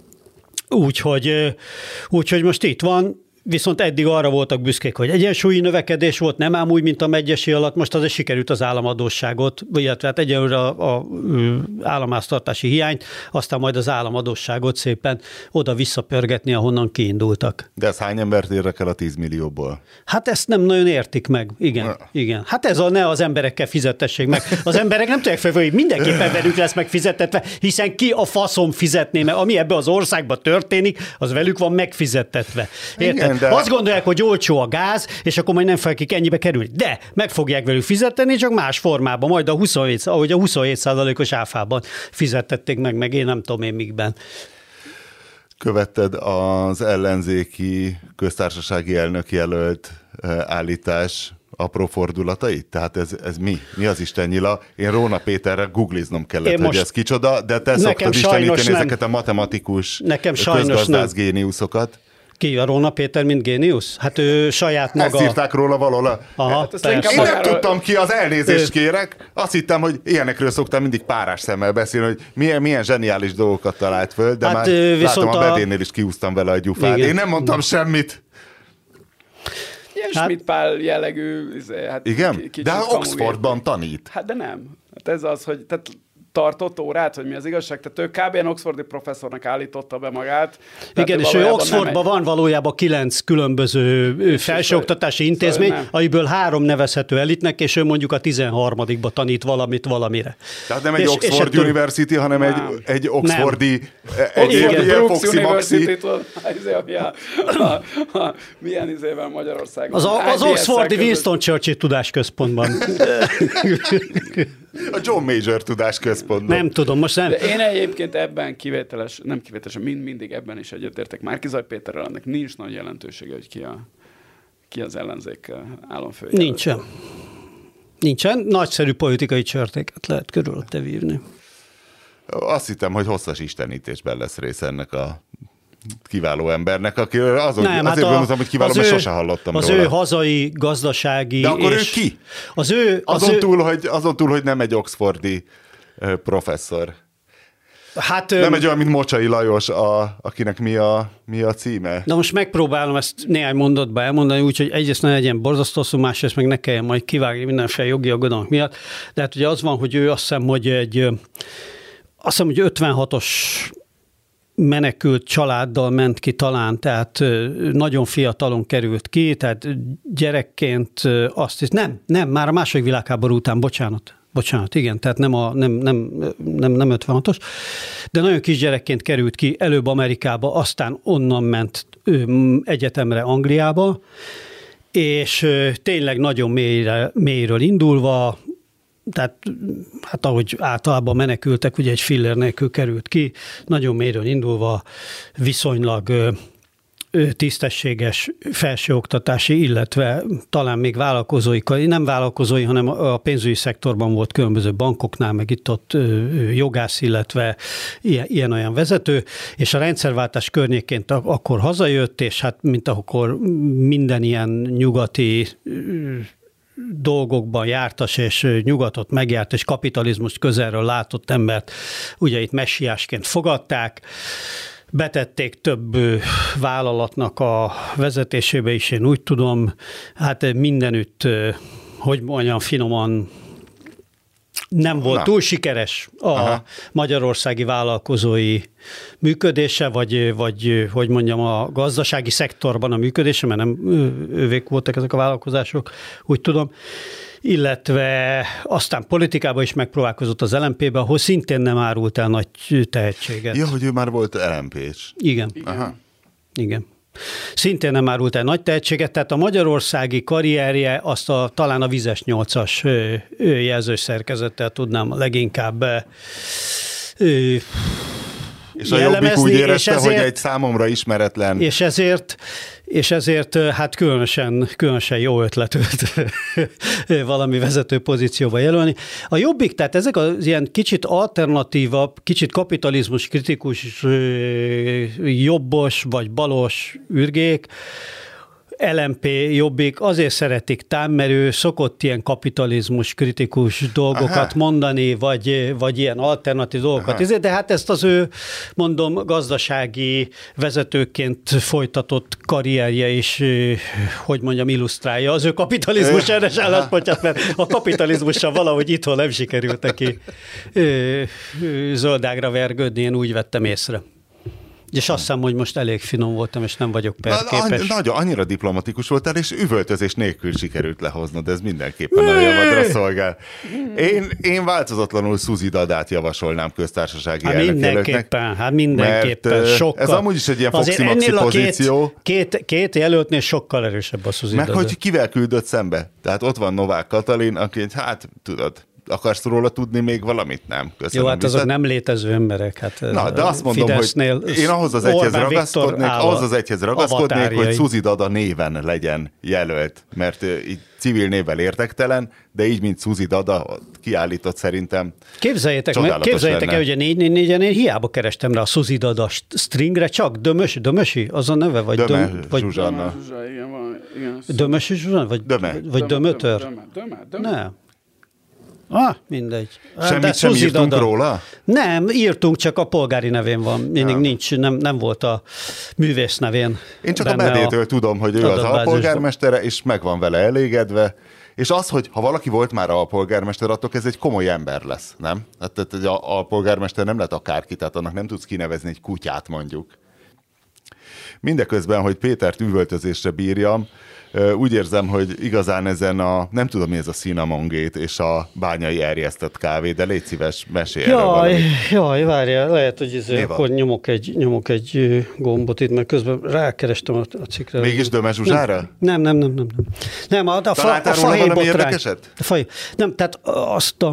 Úgyhogy most itt van, viszont eddig arra voltak büszkék, hogy egyensúlyi növekedés volt, nem ám úgy, mint a Medgyessy alatt, most azért sikerült az államadósságot, illetve hát egyelőre a államháztartási hiányt, aztán majd az államadósságot szépen oda visszapörgetni, ahonnan kiindultak. De ez hány embert érdekel a 10 millióból? Hát ezt nem nagyon értik meg, igen. Hát ez ne az emberekkel fizetessék meg. Az emberek nem tudják fel, hogy mindenképpen velük lesz megfizetetve, hiszen ki a faszom fizetné meg, ami ebbe az országban történik, az velük van megfizettetve. Érted? De... Azt gondolják, hogy olcsó a gáz, és akkor majd nem fogják ennyibe kerülni. De meg fogják velük fizetni, csak más formában, majd ahogy a 27%-os áfában fizettették meg én nem tudom én mikben. Követted az ellenzéki köztársasági elnök jelölt állítás apró fordulatait? Tehát ez mi? Mi az Isten nyila? Én Róna Péterre googliznom kellett, hogy ez kicsoda, de te szoktad isteníteni ezeket a matematikus közgazdász géniuszokat. Ki a Róna Péter, mint géniusz? Hát ő saját maga... Ezt írták róla valahol. Én nem tudtam ki, az elnézést kérek. Azt hittem, hogy ilyenekről szoktam mindig párás szemmel beszélni, hogy milyen zseniális dolgokat talált föl, de hát már látom a bedénél is kiúztam vele a gyufát. Igen. Én nem mondtam semmit. Ilyen Schmidt Pál jellegű... Hát igen? De Oxfordban tanít. Hát de nem. Hát ez az, hogy... tartott órát, hogy mi az igazság. Tehát ő kb. Oxfordi professzornak állította be magát. Igen, és ő Oxfordban van valójában 9 különböző felsőoktatási intézmény, amiből 3 nevezhető elitnek, és ő mondjuk a 13-ba tanít valamit valamire. Tehát nem egy Oxford University, hanem egy Oxfordi, egy Foxy Maxi. Milyen izében Magyarországon? Az Oxfordi Winston Churchill Tudásközpontban. A John Major Tudásközpontban. Nem tudom, most nem. De én egyébként ebben nem kivételesen, mindig ebben is egyetértek. Márki-Zay Péterrel, ennek nincs nagy jelentősége, hogy ki az ellenzék államfőjelölt. Nincsen. Nagyszerű politikai csörtéket lehet körülötte vívni. Azt hittem, hogy hosszas istenítésben lesz része ennek a kiváló embernek, aki azért gondoltam, hogy kiváló, mert sose hallottam róla. Az ő hazai, gazdasági... De akkor ő ki? Azon túl, hogy nem egy oxfordi professzor. Hát, nem egy olyan, mint Mocsai Lajos, akinek mi a címe. Na most megpróbálom ezt néhány mondatba elmondani, úgyhogy egyrészt ne legyen borzasztó szó, másrészt meg ne kelljen majd kivágni mindenféle jogi aggodalmak miatt. De hát ugye az van, hogy ő azt hiszem, hogy 56-os menekült családdal ment ki talán, tehát nagyon fiatalon került ki, tehát gyerekként azt hisz, nem, már a második világháború után, bocsánat, igen, tehát nem 56-os, de nagyon kisgyerekként került ki, előbb Amerikába, aztán onnan ment egyetemre Angliába, és tényleg nagyon mélyről indulva, tehát hát ahogy általában menekültek, ugye egy fillér nélkül került ki, nagyon mélyről indulva viszonylag tisztességes felsőoktatási, illetve talán még vállalkozói, nem vállalkozói, hanem a pénzügyi szektorban volt különböző bankoknál, meg itt-ott jogász, illetve ilyen-olyan vezető, és a rendszerváltás környékén akkor hazajött, és hát mint akkor minden ilyen nyugati dolgokban jártas, és nyugatot megjárt, és kapitalizmust közelről látott embert, ugye itt messiásként fogadták, betették több vállalatnak a vezetésébe is, én úgy tudom, hát mindenütt, hogy mondjam finoman, nem volt túl sikeres a magyarországi vállalkozói működése, vagy hogy mondjam, a gazdasági szektorban a működése, mert nem ővék voltak ezek a vállalkozások, úgy tudom. illetve aztán politikában is megpróbálkozott az LMP-be, ahol szintén nem árult el nagy tehetséget. Ja, hogy ő már volt LMP-s. Igen. Aha. Igen. Szintén nem árult el nagy tehetséget, tehát a magyarországi karrierje azt talán a Vizes 8-as jelzős szerkezettel tudnám leginkább és a Jobbik úgy érezte, hogy egy számomra ismeretlen... És ezért hát különösen jó ötlet őt valami vezető pozícióba jelölni. A Jobbik, tehát ezek az ilyen kicsit alternatívabb, kicsit kapitalizmus kritikus jobbos vagy balos ürgék, LMP, Jobbik azért szeretik mert ő szokott ilyen kapitalizmus kritikus dolgokat mondani, vagy ilyen alternatív dolgokat. De hát ezt az ő, mondom, gazdasági vezetőként folytatott karrierje is, hogy mondjam, illusztrálja az ő kapitalizmus ellenes álláspontját, mert a kapitalizmussal valahogy itthon nem sikerült neki zöldágra vergődni, én úgy vettem észre. És azt hiszem, hogy most elég finom voltam, és nem vagyok perképes. Annyira diplomatikus voltál, és üvöltözés nélkül sikerült lehoznod, de ez mindenképpen a javadra szolgál. Én változatlanul Suzy Dadát javasolnám köztársasági elnökjelöltnek. Mindenképpen, sokkal. Ez amúgy is egy ilyen foxy-maxi pozíció. Két jelöltnél sokkal erősebb a Suzy Dada. Meg hogy kivel küldött szembe? Tehát ott van Novák Katalin, aki, hát tudod, akarsz róla tudni még valamit? Nem. Köszönöm. Jó, hát azok nem létező emberek. Hát na, de azt mondom, Fidesznél hogy én ahhoz az egyhez ragaszkodnék, hogy Suzy Dada néven legyen jelölt, mert így civil névvel érdektelen, de így, mint Suzy Dada kiállított szerintem. Képzeljétek el, hogy a 444-en én hiába kerestem rá a Suzy Dada stringre, csak Dömösi, az a neve? Vagy Zsuzsanna. Dömösi Zsuzsanna? Vagy Dömötör? Nem. Mindegy. Semmit sem írtunk róla? Nem, írtunk, csak a polgári nevén van. Mindig nincs, nem volt a művész nevén. Én csak a Bedétől tudom, hogy ő az alpolgármestere, és meg van vele elégedve. És az, hogy ha valaki volt már alpolgármester, attól ez egy komoly ember lesz, nem? Tehát egy alpolgármester nem lett akárki, tehát annak nem tudsz kinevezni egy kutyát mondjuk. Mindeközben, hogy Pétert üvöltözésre bírjam, úgy érzem, hogy igazán ezen nem tudom mi ez a Cinnamon Gate és a bányai erjesztett kávé, de légy szíves, mesélj erről valamit. Jaj, várjál, lehet, hogy akkor nyomok egy gombot itt, mert közben rákerestem a cikkre. Mégis Döme Zsuzsára? Nem. Nem, a találtál róla valami érdekeset? Nem, tehát azt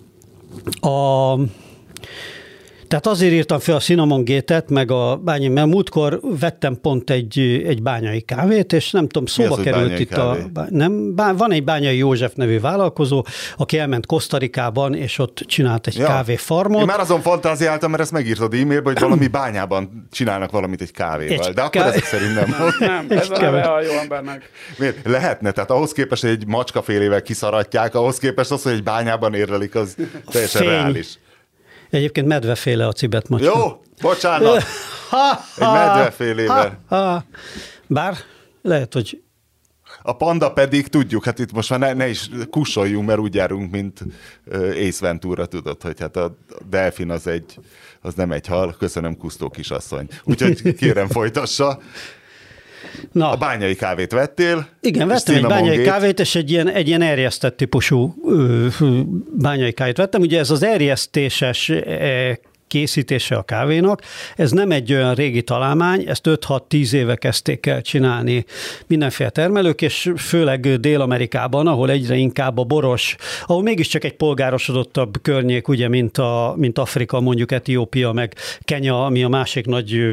tehát azért írtam fel a Cinnamon Gate-et, meg a bányai, mert múltkor vettem pont egy bányai kávét, és nem tudom, szóba került itt van egy Bányai József nevű vállalkozó, aki elment Kosztarikában, és ott csinált egy kávéfarmot. Én már azon fantáziáltam, mert ezt megírtad e-mailbe, hogy valami bányában csinálnak valamit egy kávéval. De akkor ezek szerint nem. Nem, ez a neve a jó embernek. Miért? Lehetne, tehát ahhoz képest, hogy egy macskafélével kiszaratják, ahhoz képest az, hogy egy bányában érlelik, az teljesen reális. Egyébként medveféle a cibetmacska. Jó, bocsánat. Egy medvefélével. Bár lehet, hogy... A panda pedig, tudjuk, hát itt most már ne is kussoljunk, mert úgy járunk, mint Ace Ventura, tudod, hogy hát a delfin az nem egy hal. Köszönöm, Kusztó kisasszony. Úgyhogy kérem, folytassa. Na. A bányai kávét vettél? Igen, vettem egy bányai kávét, és egy ilyen erjesztett típusú bányai kávét vettem. Ugye ez az erjesztéses készítése a kávénak, ez nem egy olyan régi találmány, ezt 5-6-10 éve kezdték el csinálni mindenféle termelők, és főleg Dél-Amerikában, ahol egyre inkább a boros, ahol mégiscsak egy polgárosodottabb környék, ugye, mint Afrika, mondjuk Etiópia, meg Kenya, ami a másik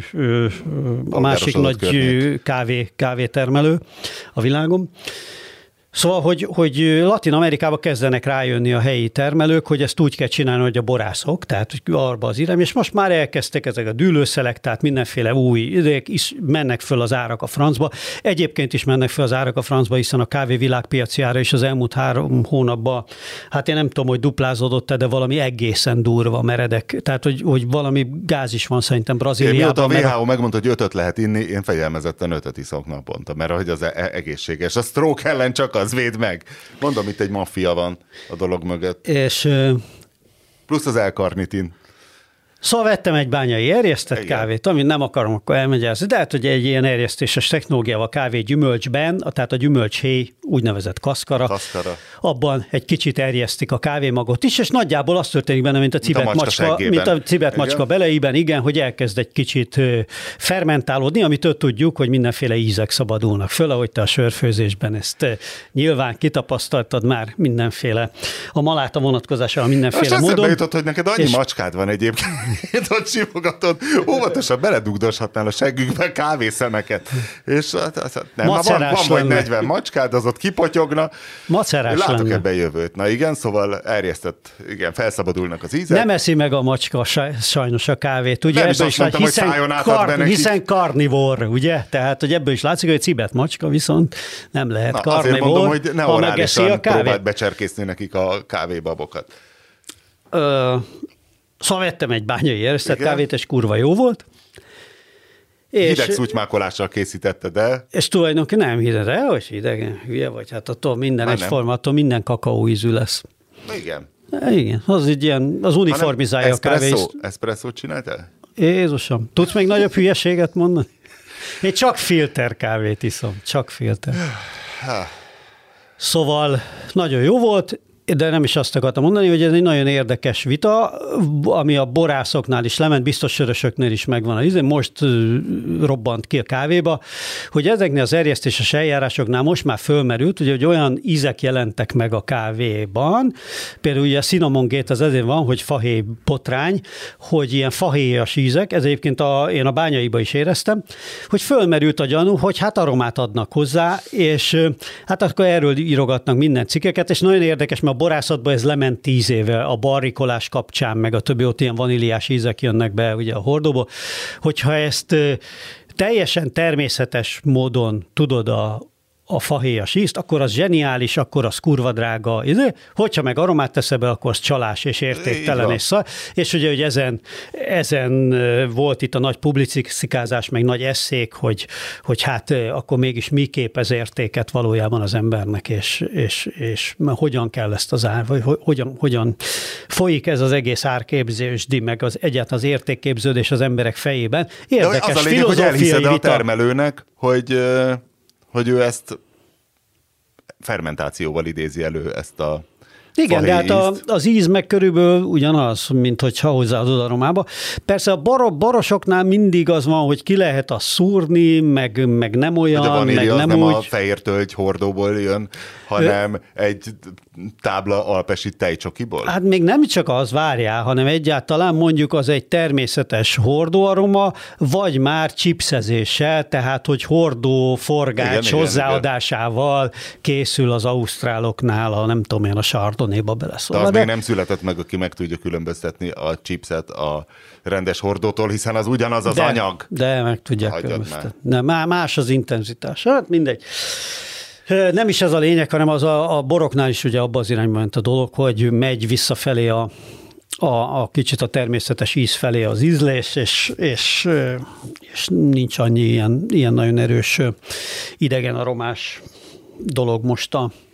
nagy kávétermelő a világon. Szóval, hogy Latin-Amerikába kezdenek rájönni a helyi termelők, hogy ezt úgy kell csinálni, hogy a borászok, tehát arba az irány, és most már elkezdtek ezek a dűlőszelek, tehát mindenféle új idék is mennek föl az árak a francba. Egyébként is mennek föl az árak a francba, hiszen a kávé világpiaci ára is az elmúlt 3 hónapban, hát én nem tudom, hogy duplázódott, de valami egészen durva, meredek. Tehát, hogy valami gáz is van szerintem Brazíliában. Mióta a WHO megmondta, hogy 5-öt lehet inni, én fegyelmezetten 5-öt iszok naponta, mert hogy az egészséges. A stroke ellen csak az véd meg. Mondom, itt egy maffia van a dolog mögött. És... plusz az L-karnitin. Szóval vettem egy bányai erjesztett Igen. kávét, amit nem akarom, akkor elmegyezni, de hát, hogy egy ilyen erjesztéses technológiával kávé gyümölcsben, tehát a gyümölcshéj úgynevezett kaszkara, abban egy kicsit erjesztik a kávémagot is, és nagyjából az történik benne, mint a cibet macska beleiben, igen, hogy elkezd egy kicsit fermentálódni, amitől tudjuk, hogy mindenféle ízek szabadulnak föl, ahogy te a sörfőzésben ezt nyilván kitapasztaltad már mindenféle, a maláta vonatkozásában mindenféle most módon. Jutott, hogy neked annyi macskád van egyébként, hogy simogatod, óvatosan beledugdoshatnál a seggükbe kávészemeket. És nem, van majd 40 macskád, az ott kipotyogna. Macerás látok lenne. ebben jövőt. Na igen, szóval erjesztett, igen, felszabadulnak az ízek. Nem eszi meg a macska sajnos a kávét, ugye? Nem is azt mondtam, hogy szájon átad be neki. Hiszen karnivor, ugye? Tehát, hogy ebből is látszik, hogy cibet macska viszont nem lehet karnivor. Azért mondom, hogy ne ha megeszi a orálisan kávét. próbáld becserkészni nekik a kávébabokat. Szóval vettem egy bányai eresztett kávét, és kurva jó volt. Hideg szutymákolással készítetted el. És tulajdonképpen nem hideg, de hogy hideg, hülye vagy, hát attól minden egyforma, attól minden kakaóízű lesz. Igen. Igen, az így ilyen, az uniformizálja a kávét. Eszpresszót csináltál? Jézusom, tudsz még nagyobb hülyeséget mondani? Én csak filter kávét iszom, csak filter. Szóval nagyon jó volt, de nem is azt akartam mondani, hogy ez egy nagyon érdekes vita, ami a borászoknál is lement, biztos sörösöknél is megvan. Most robbant ki a kávéba, hogy ezeknél az erjesztéses eljárásoknál most már fölmerült, ugye, hogy olyan ízek jelentek meg a kávéban, például ugye a cinnamon gate az ezért van, hogy fahéj botrány, hogy ilyen fahéjas ízek, ez egyébként én a bányaiba is éreztem, hogy fölmerült a gyanú, hogy hát aromát adnak hozzá, és hát akkor erről írogatnak minden cikkeket, és nagyon érdekes, mert a borászatban ez lement 10 éve, a barrikolás kapcsán, meg a többi ott ilyen vaníliás ízek jönnek be ugye a hordóba, hogyha ezt teljesen természetes módon tudod a fahéjas ízt, akkor az zseniális, akkor az kurva drága. Hogyha meg aromát tesz be, akkor az csalás és értéktelen és szar. És ugye, hogy ezen volt itt a nagy publicikázás, meg nagy esszék, hogy hát akkor mégis mi képez értéket valójában az embernek, és hogyan kell ezt az vagy hogyan folyik ez az egész árképzésdi, meg egyáltalán az értékképződés az emberek fejében. Érdekes az a lényeg, hogy elhiszed a termelőnek, hogy ő ezt fermentációval idézi elő ezt a igen, de hát az íz meg körülbelül ugyanaz, mint hogyha hozzáadod aromába. Persze a borosoknál mindig az van, hogy ki lehet azt szúrni, meg nem olyan, meg nem nem úgy. A fehér tölgy hordóból jön, hanem egy tábla alpesi tejcsokiból? Hát még nem csak az, várjál, hanem egyáltalán mondjuk az egy természetes hordóaroma, vagy már chipszezéssel, tehát hogy hordó forgács hozzáadásával készül az ausztráloknál, nem tudom én, a Chardonnayba beleszól. De az még nem született meg, aki meg tudja különböztetni a chipset a rendes hordótól, hiszen az ugyanaz az anyag. De meg tudják különböztetni. Más az intenzitás. Hát mindegy. Nem is ez a lényeg, hanem az a boroknál is ugye abban az irányban ment a dolog, hogy megy visszafelé a kicsit a természetes íz felé az ízlés, és nincs annyi ilyen nagyon erős idegen aromás dolog most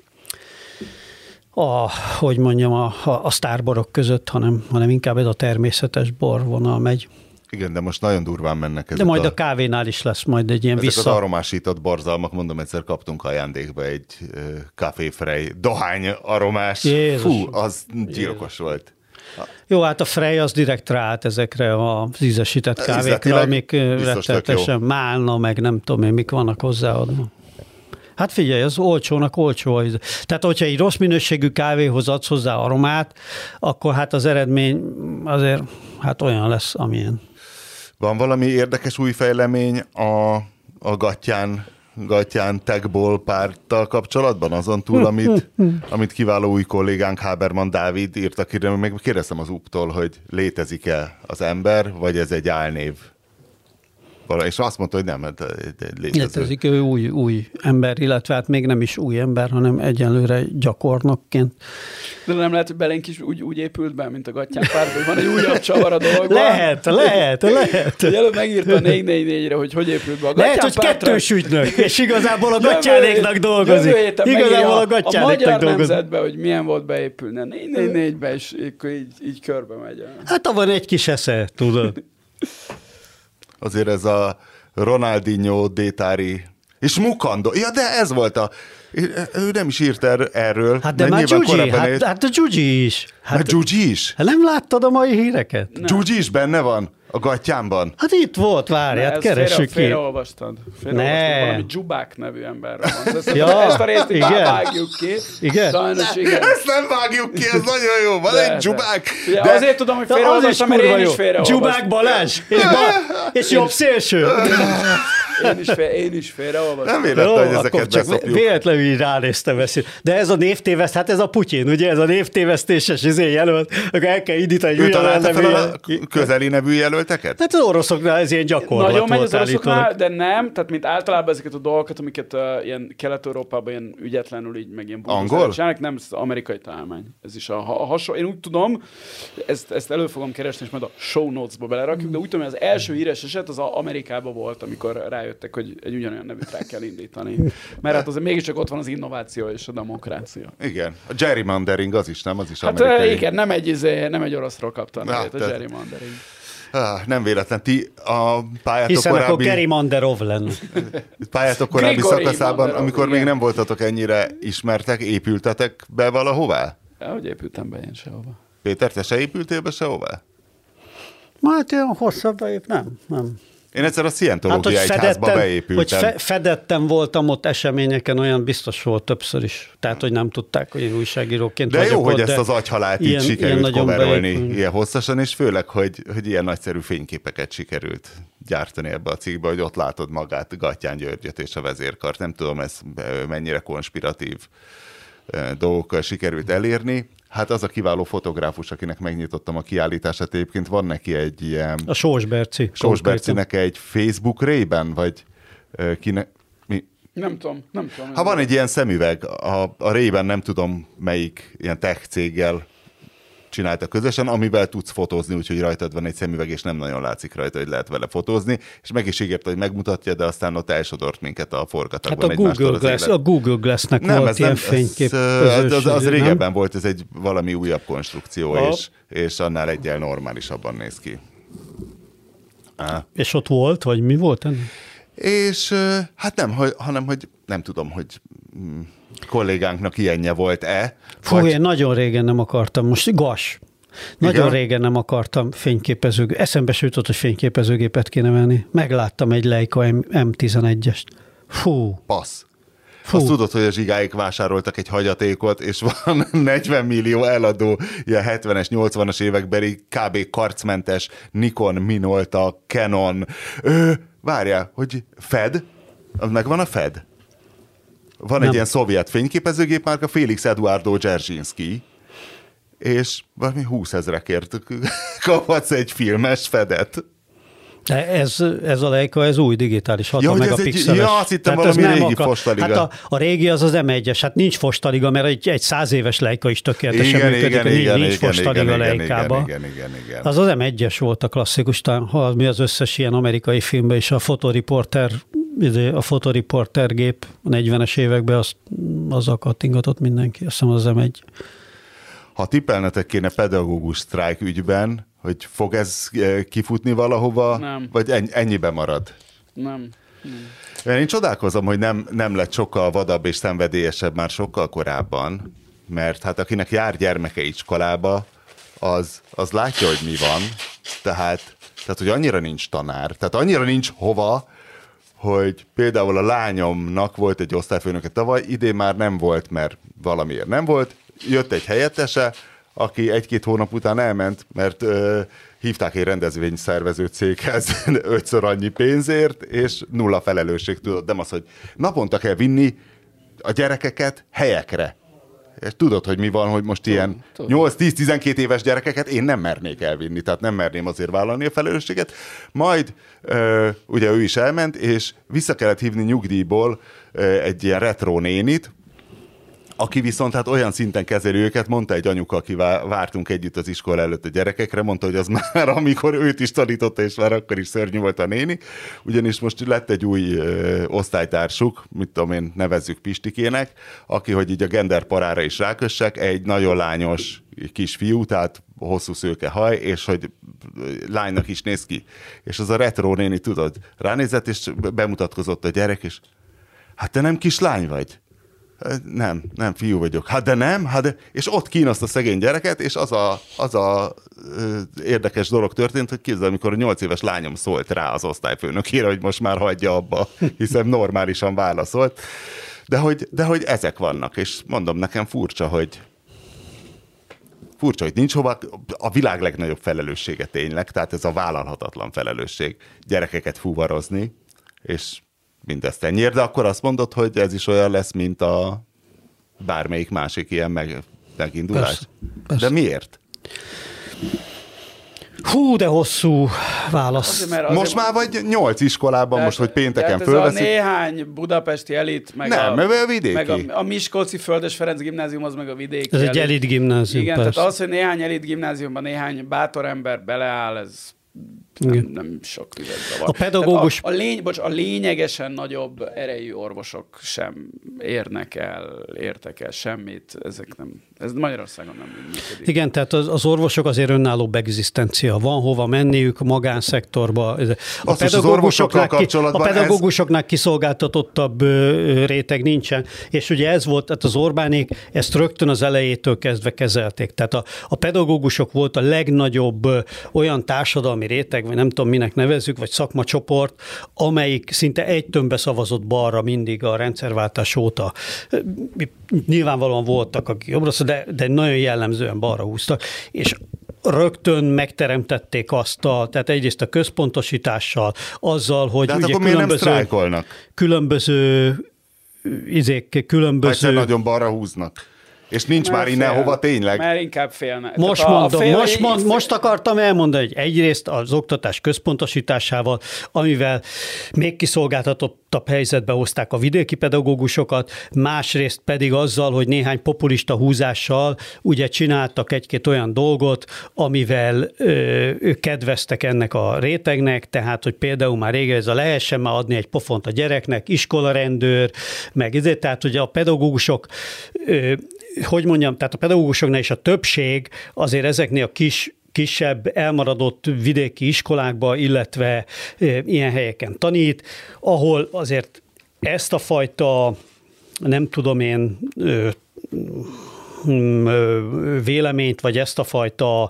hogy mondjam, a sztárborok között, hanem inkább ez a természetes borvonal megy. Igen, de most nagyon durván mennek ezek. De majd a kávénál is lesz majd egy ilyen az aromásított borzalmak, mondom, egyszer kaptunk ajándékba egy Café Frey dohány aromás. Jézus. Fú, az gyilkos volt. Jó, hát a Frey az direkt ráállt ezekre az ízesített kávékra, amik rettenetesen málna, meg nem tudom én, mik vannak hozzáadva. Hát figyelj, az olcsónak olcsó. Tehát, hogyha egy rossz minőségű kávéhoz adsz hozzá aromát, akkor hát az eredmény azért hát olyan lesz, amilyen. Van valami érdekes új fejlemény a Gattyán Techball párttal kapcsolatban? Azon túl, amit kiváló új kollégánk Haberman Dávid írt, akire még kérdeztem az UP-tól, hogy létezik-e az ember, vagy ez egy álnév? És azt mondta, hogy nem, létezik. Ő új ember, illetve hát még nem is új ember, hanem egyenlőre gyakornokként. De nem lehet, hogy belénk is úgy épült be, mint a Gattyán párt, hogy van egy újabb csavar a dolgban. Lehet. Előbb megírta 444-re, hogy épült be a Gattyán lehet, hogy kettős ügynök, és igazából a Gattyánéknak dolgozik. Igazából a Gattyánéknak dolgozik. A magyar nemzetben, hogy milyen volt beépülni a 444-be, és akkor így körbe megy. Hát van egy kis esze, tudod. Azért ez a Ronaldinho, Détári és Mukando. Ja, de ez volt ő nem is írt erről. Hát de már Gyugyi, hát a Gyugyi is. Hát Gyugyi is? Hát nem láttad a mai híreket? Gyugyi is benne van a Gattyánban. Hát itt volt, várját, keressük ki. Félreolvastad. Valami Dzsubák nevű emberről van. Ezt a részt igen. Vágjuk ki. Igen? Sajnos igen. Ezt nem vágjuk ki, ez nagyon jó. Van egy Dzsubák. De azért tudom, hogy félreolvastam, mert én is félreolvastam. Dzsubák Balázs és jobb szélső. Én is félreolvastam. Nem véletlen, hogy ezeket beszopjuk. Véletlenül ránéztem beszél. De ez a névtéveszt, hát ez a Putyin, ugye ez a névtévesztéses jelölt, akkor el kell indítani. Ő találta fel a közeli nevű jelölteket? Hát az oroszoknál ez ilyen gyakorlat nagyon volt megy az oroszoknál, állítólag. de nem, tehát mint általában ezeket a dolgokat, amiket ilyen Kelet-Európában ilyen ügyetlenül így, meg ilyen angol? Csinálnak, nem, ez amerikai találmány. Ez is a hasonló. Én úgy tudom, ezt elő fogom keresni, és majd a show notes-ba belerakjuk, de úgy tudom, hogy az első híres eset az Amerikában volt, amikor rájöttek, hogy egy ugyanolyan nevűt rá kell indítani. Mert hát azért mégiscsak ott van az innováció és a demokrácia. Igen. A gerrymandering az is, nem? Az is hát amerikai. Igen, nem egy oroszról kapta a nevét, a gerrymandering. Nem véletlen. Ti a pályátok hiszen korábbi... akkor Geri Manderov lenne. Pályátok korábbi szakaszában, amikor még nem voltatok ennyire ismertek, épültetek be valahová? Hogy épültem be én sehova. Péter, te se épültél be sehová? Hát olyan hosszabb nem. Én egyszer a Scientológia egyházba beépültem. Hogy fedettem voltam ott eseményeken, olyan biztos volt többször is. Tehát, hogy nem tudták, hogy én újságíróként de vagyok jó, hogy ott, ezt az agyhalált így sikerült coverolni ilyen hosszasan, és főleg, hogy ilyen nagyszerű fényképeket sikerült gyártani ebbe a cikkbe, hogy ott látod magát, Gattyán Györgyöt és a vezérkart. Nem tudom, ez mennyire konspiratív dolgokkal sikerült elérni. Hát az a kiváló fotográfus, akinek megnyitottam a kiállítását, egyébként van neki egy ilyen... A Sós Berci. Sós Bercinek egy Facebook rében, vagy kinek... Mi? Nem tudom. Ha van egy ilyen szemüveg, a rében nem tudom melyik ilyen tech céggel csinálta közösen, amivel tudsz fotózni, úgyhogy rajtad van egy szemüveg, és nem nagyon látszik rajta, hogy lehet vele fotózni, és meg is ígérte, hogy megmutatja, de aztán ott elsodort minket a forgatagban. Hát a Google Glass-nek volt ilyen fénykép közösség. Az régebben volt, ez egy valami újabb konstrukció, és annál egyel normálisabban néz ki. És ott volt, vagy mi volt ennek? És hát nem, hanem hogy nem tudom, hogy kollégánknak ilyenje volt-e. Fú, én nagyon régen nem akartam, most nagyon régen nem akartam fényképezőgépet. Eszembe se jutott, hogy fényképezőgépet kéne venni. Megláttam egy Leica M11-est. Fú. Passz. Azt tudod, hogy a zsigáik vásároltak egy hagyatékot, és van 40 millió eladó, ilyen 70-es, 80-as évekbeli kb. Karcmentes Nikon, Minolta, Canon. Várjál, hogy FED? Megvan a FED? Van egy ilyen szovjet fényképezőgép márka, Felix Eduardo Dzerzsinszky, és valami 20 000-ért kaphatsz egy filmes FED-et. De ez a Leica, ez új digitális 60 megapixeles. Ja, azt hittem valami régi fostaliga. Hát a régi az M1-es, hát nincs fostaliga, mert egy 100 éves Leica is tökéletesen működik, nincs fostaliga Leicában. Igen. Az M1-es volt a klasszikus, mi az összes ilyen amerikai filmben is a fotoriporter gép a 40-es években azzal kattingatott mindenki, azt hiszem az M1. Ha tippelnetek kéne pedagógus sztrájk ügyben, hogy fog ez kifutni valahova, nem. Vagy ennyiben marad? Nem. Én csodálkozom, hogy nem lett sokkal vadabb és szenvedélyesebb már sokkal korábban, mert hát akinek jár gyermeke iskolába, az látja, hogy mi van, tehát hogy annyira nincs tanár, tehát annyira nincs hova, hogy például a lányomnak volt egy osztályfőnöke tavaly, idén már nem volt, mert valamiért nem volt, jött egy helyettese, aki 1-2 hónap után elment, mert hívták egy rendezvényszervező céghez 5-ször annyi pénzért, és nulla felelősség, tudod, nem az, hogy naponta kell vinni a gyerekeket helyekre. És tudod, hogy mi van, hogy most ilyen 8-10-12 éves gyerekeket én nem mernék elvinni, tehát nem merném azért vállalni a felelősséget. Majd ugye ő is elment, és vissza kellett hívni nyugdíjból egy ilyen retro nénit, aki viszont hát olyan szinten kezeli őket, mondta egy anyuka, aki vártunk együtt az iskola előtt a gyerekekre, mondta, hogy az már amikor őt is tanította, és már akkor is szörnyű volt a néni, ugyanis most lett egy új osztálytársuk, mit tudom én, nevezzük Pistikének, aki, hogy így a genderparára is rákössek, egy nagyon lányos kisfiú, tehát hosszú szőke haj, és hogy lánynak is néz ki. És az a retro néni, tudod, ránézett, és bemutatkozott a gyerek, és hát te nem kislány vagy? Nem, fiú vagyok. Hát de nem, és ott kínozta a szegény gyereket, és az a érdekes dolog történt, hogy képzel, amikor a 8 éves lányom szólt rá az osztályfőnökére, hogy most már hagyja abba, hiszen normálisan válaszolt. De hogy ezek vannak, és mondom, nekem furcsa, hogy nincs hova, a világ legnagyobb felelőssége tényleg, tehát ez a vállalhatatlan felelősség, gyerekeket fuvarozni, és mindezt ennyiért, de akkor azt mondod, hogy ez is olyan lesz, mint a bármelyik másik ilyen megindulás. Persze. De miért? Hú, de hosszú válasz. Azért, most már vagy 8 iskolában, most, hogy pénteken fölveszik. Ez a néhány budapesti elit, meg a vidéki. Meg a Miskolci Földes Ferenc gimnázium, az meg a vidéki. Ez egy elit gimnázium, igen, persze. tehát az, hogy néhány elit gimnáziumban néhány bátor ember beleáll, ez nem sok üveg zavar. A pedagógus... A lényegesen nagyobb erejű orvosok sem értek el semmit. Ez Magyarországon nem működik. Igen, tehát az orvosok azért önálló egzisztencia. Van hova menniük magánszektorba. A pedagógusoknak kiszolgáltatottabb réteg nincsen. És ugye ez volt, tehát az Orbánék ezt rögtön az elejétől kezdve kezelték. Tehát a pedagógusok volt a legnagyobb olyan társadalmi réteg, vagy nem tudom minek nevezzük, vagy szakmacsoport, amelyik szinte egy tömbbe szavazott balra mindig a rendszerváltás óta. Nyilvánvalóan voltak, akik jobbra, de nagyon jellemzően balra húztak, és rögtön megteremtették azt tehát egyrészt a központosítással, azzal, hogy hát ugye különböző egyszer nagyon balra húznak. És nincs már innen hova tényleg. Mert inkább félnek. Most akartam elmondani, hogy egyrészt az oktatás központosításával, amivel még kiszolgáltatottabb helyzetbe hozták a vidéki pedagógusokat, másrészt pedig azzal, hogy néhány populista húzással ugye csináltak egy-két olyan dolgot, amivel ők kedveztek ennek a rétegnek, tehát, hogy például már régen ez a lehessen már adni egy pofont a gyereknek, iskolarendőr, meg tehát, hogy a pedagógusok hogy mondjam, tehát a pedagógusoknál is a többség azért ezeknél a kisebb, elmaradott vidéki iskolákba, illetve ilyen helyeken tanít, ahol azért ezt a fajta, nem tudom én, véleményt, vagy ezt a fajta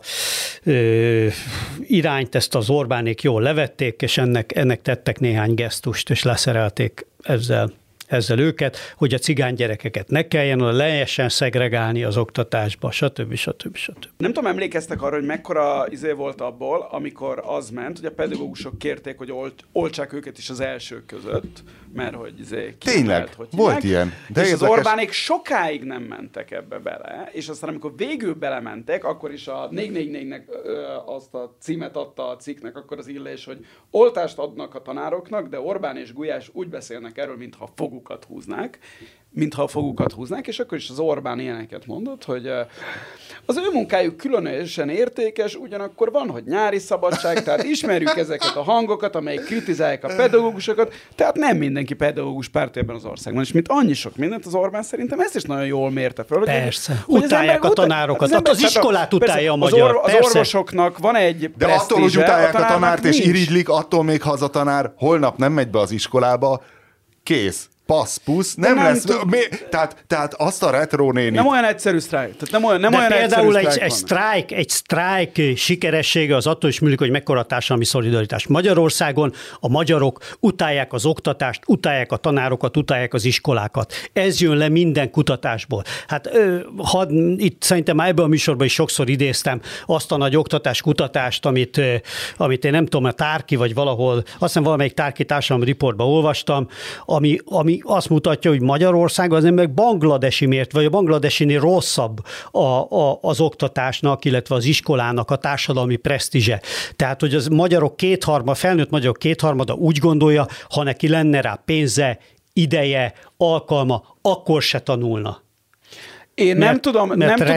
irányt, ezt az Orbánék jól levették, és ennek tettek néhány gesztust, és leszerelték ezzel őket, hogy a cigány gyerekeket ne kelljen lehessen szegregálni az oktatásba, stb. Nem tudom, emlékeztek arra, hogy mekkora volt abból, amikor az ment, hogy a pedagógusok kérték, hogy oltsák őket is az elsők között, mert hogy tényleg, volt ilyen. De és érdekes. Az Orbánék sokáig nem mentek ebbe bele, és aztán amikor végül belementek, akkor is a 444-nek azt a címet adta a cikknek, akkor az illés, hogy oltást adnak a tanároknak, de Orbán és Gulyás úgy beszélnek erről, mintha a fogukat húznák, és akkor is az Orbán ilyeneket mondott, hogy az ő munkájuk különösen értékes, ugyanakkor van, hogy nyári szabadság, tehát ismerjük ezeket a hangokat, amelyek kritizálják a pedagógusokat, tehát nem mindenki pedagógus párt ebben az országban. És mint annyi sok mindent, az Orbán szerintem ezt is nagyon jól mérte föl. Persze, utálják a tanárokat, az iskolát utálja a magyar. Az orvosoknak van egy de attól, hogy utálják a tanárt és irigylik, attól még ha az a tanár holnap nem megy be az iskolába, kész. Passz-pusz, nem lesz. Tehát azt a retro nénit... Nem olyan egyszerű sztrájk. Például egy sztrájk sikeressége az attól is múlik, hogy mekkora társadalmi szolidaritás. Magyarországon a magyarok utálják az oktatást, utálják a tanárokat, utálják az iskolákat. Ez jön le minden kutatásból. Hát itt szerintem ebből a műsorban is sokszor idéztem azt a nagy oktatás kutatást, amit én nem tudom, a Tárki vagy valahol, azt hiszem valamelyik Tárki társadalmi riportban olvastam, ami ami azt mutatja, hogy Magyarország az meg bangladesi mért, vagy a bangladesinél rosszabb az oktatásnak, illetve az iskolának a társadalmi presztízse. Tehát, hogy az magyarok felnőtt magyarok kétharmada úgy gondolja, ha neki lenne rá pénze, ideje, alkalma, akkor se tanulna. Én nem tudom,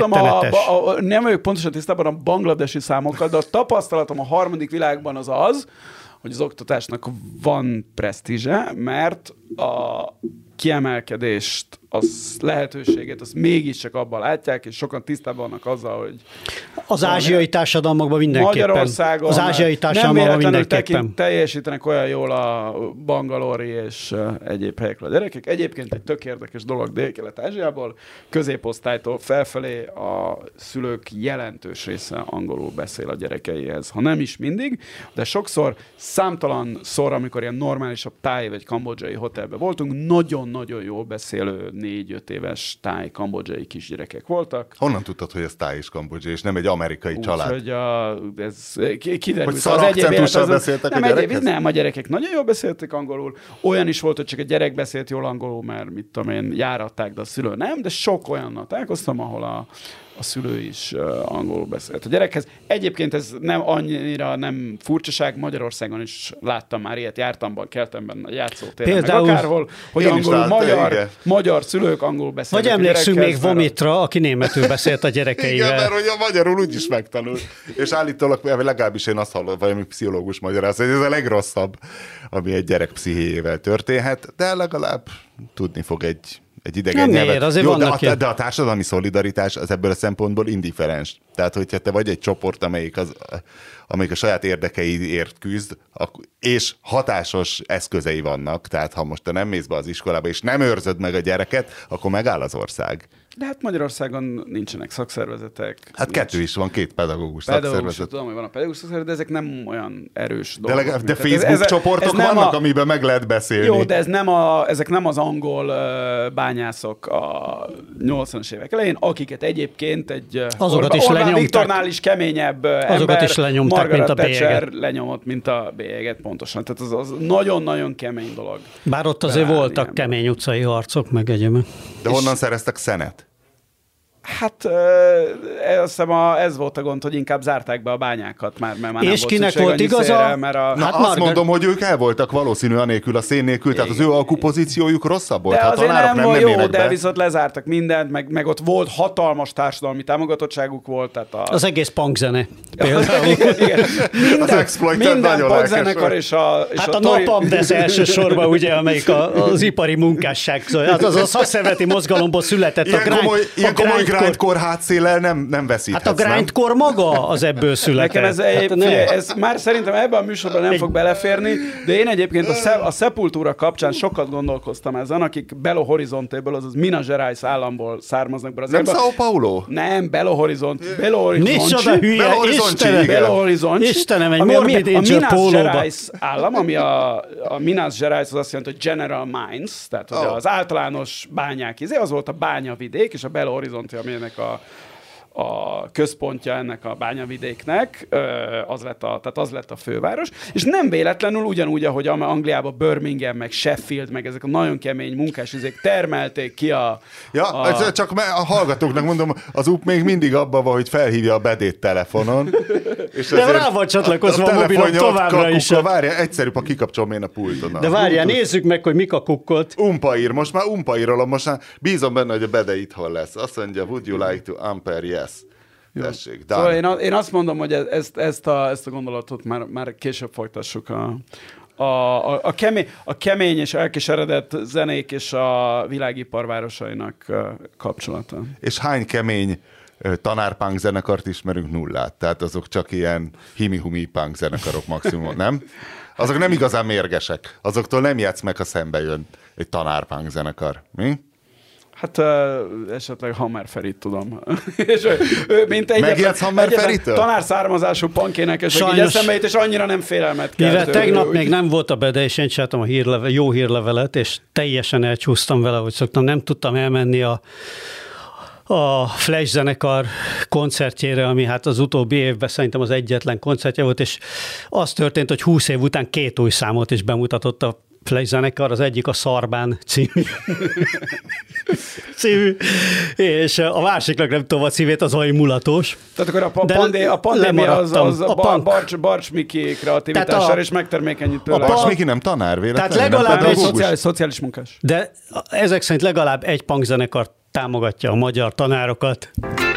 nem vagyok pontosan tisztában a bangladesi számokkal, de a tapasztalatom a harmadik világban az, hogy az oktatásnak van presztízse, mert a kiemelkedést, az lehetőséget, azt mégiscsak abban látják, és sokan tisztában vannak azzal, hogy... Az ázsiai társadalmakban mindenképpen. Magyarországon az ázsiai társadalmakban mindenképpen. Teljesítenek olyan jól a bangalori és egyéb helyekről a gyerekek. Egyébként egy tök érdekes dolog Dél-Kelet-Ázsiából, középosztálytól felfelé a szülők jelentős része angolul beszél a gyerekeihez. Ha nem is mindig, de sokszor, számtalanszor, amikor ilyen normálisabb táj vagy kambodzsai hotelben voltunk, nagyon-nagyon jól beszélő 4-5 éves táj kambodzsai kisgyerekek voltak. Honnan tudtad, hogy ez táj és kambodzsai, és nem egy amerikai család? Hogy ez kiderült. Hogy szar-akcentussal beszéltek a gyerekhez? Nem, a gyerekek nagyon jól beszéltek angolul. Olyan is volt, hogy csak a gyerek beszélt jól angolul, mert mit tudom én, járatták, de a szülő nem, de sok olyannal találkoztam, ahol a szülő is angolul beszélt a gyerekhez. Egyébként ez nem annyira nem furcsaság, Magyarországon is láttam már ilyet, jártam Keltemben a játszótéren, például, meg akárhol, hogy angolul magyar szülők angolul beszélnek. Vagy emlékszünk még Vomitra, aki németül beszélt a gyerekeivel. Igen, mert hogy a magyarul úgyis megtanul. És állítólag, legalábbis én azt hallom, valami pszichológus magyaráz, hogy ez a legrosszabb, ami egy gyerek pszichéjével történhet, de legalább tudni fog egy idegen nyelvet. Jó, de a társadalmi szolidaritás az ebből a szempontból indifferens. Tehát, hogyha te vagy egy csoport, amelyik a saját érdekeiért küzd, és hatásos eszközei vannak, tehát ha most te nem mész be az iskolába, és nem őrzöd meg a gyereket, akkor megáll az ország. De hát Magyarországon nincsenek szakszervezetek. Hát kettő is van, 2 pedagógus szakszervezet. Tudom, hogy van a pedagógus szakszervezet, de ezek nem olyan erős dolgok. De Facebook csoportok vannak, amiben meg lehet beszélni. Jó, de ezek nem az angol bányászok a 80-as évek elején, akiket egyébként egy Orbán Viktornál is keményebb ember, is lenyomták, mint a bélyeget. Lenyomott, mint a bélyeget, pontosan. Tehát az nagyon-nagyon kemény dolog. Bár ott azért voltak kemény utcai harcok, meg egyemek. De honnan szereztek szenet? Hát azt hiszem ez volt a gond, hogy inkább zárták be a bányákat már, mert már és nem kinek volt igaza? Szélre, azt mondom, hogy ők el voltak valószínű anélkül, a szén nélkül, tehát az ő alkupozíciójuk rosszabb volt. De hát azért nem volt jó, be. de viszont lezártak mindent, meg ott volt hatalmas társadalmi támogatottságuk volt. Tehát az egész punkzene. Az Exploited nagyon lelkes. Hát a Napalm Death elsősorban, ugye, amelyik az ipari munkásság, az a szakszervezeti mozgalomból született. Ilyen komoly grindcore hátszéllel nem veszíthetsz. Hát a grindcore maga az ebből született. Nekem ez már szerintem ebben a műsorban nem fog beleférni, de én egyébként a Sepultura kapcsán sokat gondolkoztam ezen, akik Belo Horizontéből, azaz Minas Gerais államból származnak Brazíliából. Nem São Paulo? Nem, Belo Horizonte. Micsoda hülye, Istenem, egy Morbid Angel pólóba. A Minas Gerais állam, ami a Minas Gerais az azt jelenti, hogy General Mines, tehát hogy az általános bányák, az volt a bányavidék, és a Belo Horizonte, ami ennek a központja ennek a bányavidéknek, az lett a főváros, és nem véletlenül ugyanúgy, ahogy Angliában Birmingham, meg Sheffield, meg ezek a nagyon kemény munkásizék termelték ki csak a hallgatóknak mondom, az UP még mindig abban van, hogy felhívja a bedét telefonon. És de rá van csatlakozva a mobilom továbbra is. Várja, egyszerűbb, ha kikapcsolom én a pulton. De várjál, nézzük meg, hogy mik a kukkot. Umpaír, most már bízom benne, hogy a Bede itthon lesz. Azt mondja, would you like to umpire? Yes. Tessék, szóval én azt mondom, hogy ezt a gondolatot már később folytassuk. A kemény és elkeseredett zenék és a világipar városainak kapcsolata. És hány kemény tanárpunk zenekart ismerünk? 0. Tehát azok csak ilyen himi-humi punk zenekarok maximum, nem? Azok nem igazán mérgesek. Azoktól nem játsz meg, ha szembe jön egy tanárpunk zenekar. Mi? Hát esetleg Hammer Ferit tudom. Megjátsz Hammer Feritől? Tanárszármazású punkénekes, aki így eszembe jut, és annyira nem félelmet kelt. Mivel tegnap még nem volt a Bede, és én csináltam a jó hírlevelet, és teljesen elcsúsztam vele, hogy szoktam. Nem tudtam elmenni a Flash zenekar koncertjére, ami hát az utóbbi évben szerintem az egyetlen koncertje volt, és az történt, hogy 20 év után 2 új számot is bemutatott a zenekar, az egyik a Szarbán című, és a másiknak nem tudom a címét, az olyan mulatos. Tehát akkor a pandémia az a Barcs Miki kreativitására és megtermékenyít tőle. A Barcs Miki nem tanár véletlenül? Tehát legalább egy szociális munkás. De ezek szerint legalább egy punkzenekar támogatja a magyar tanárokat.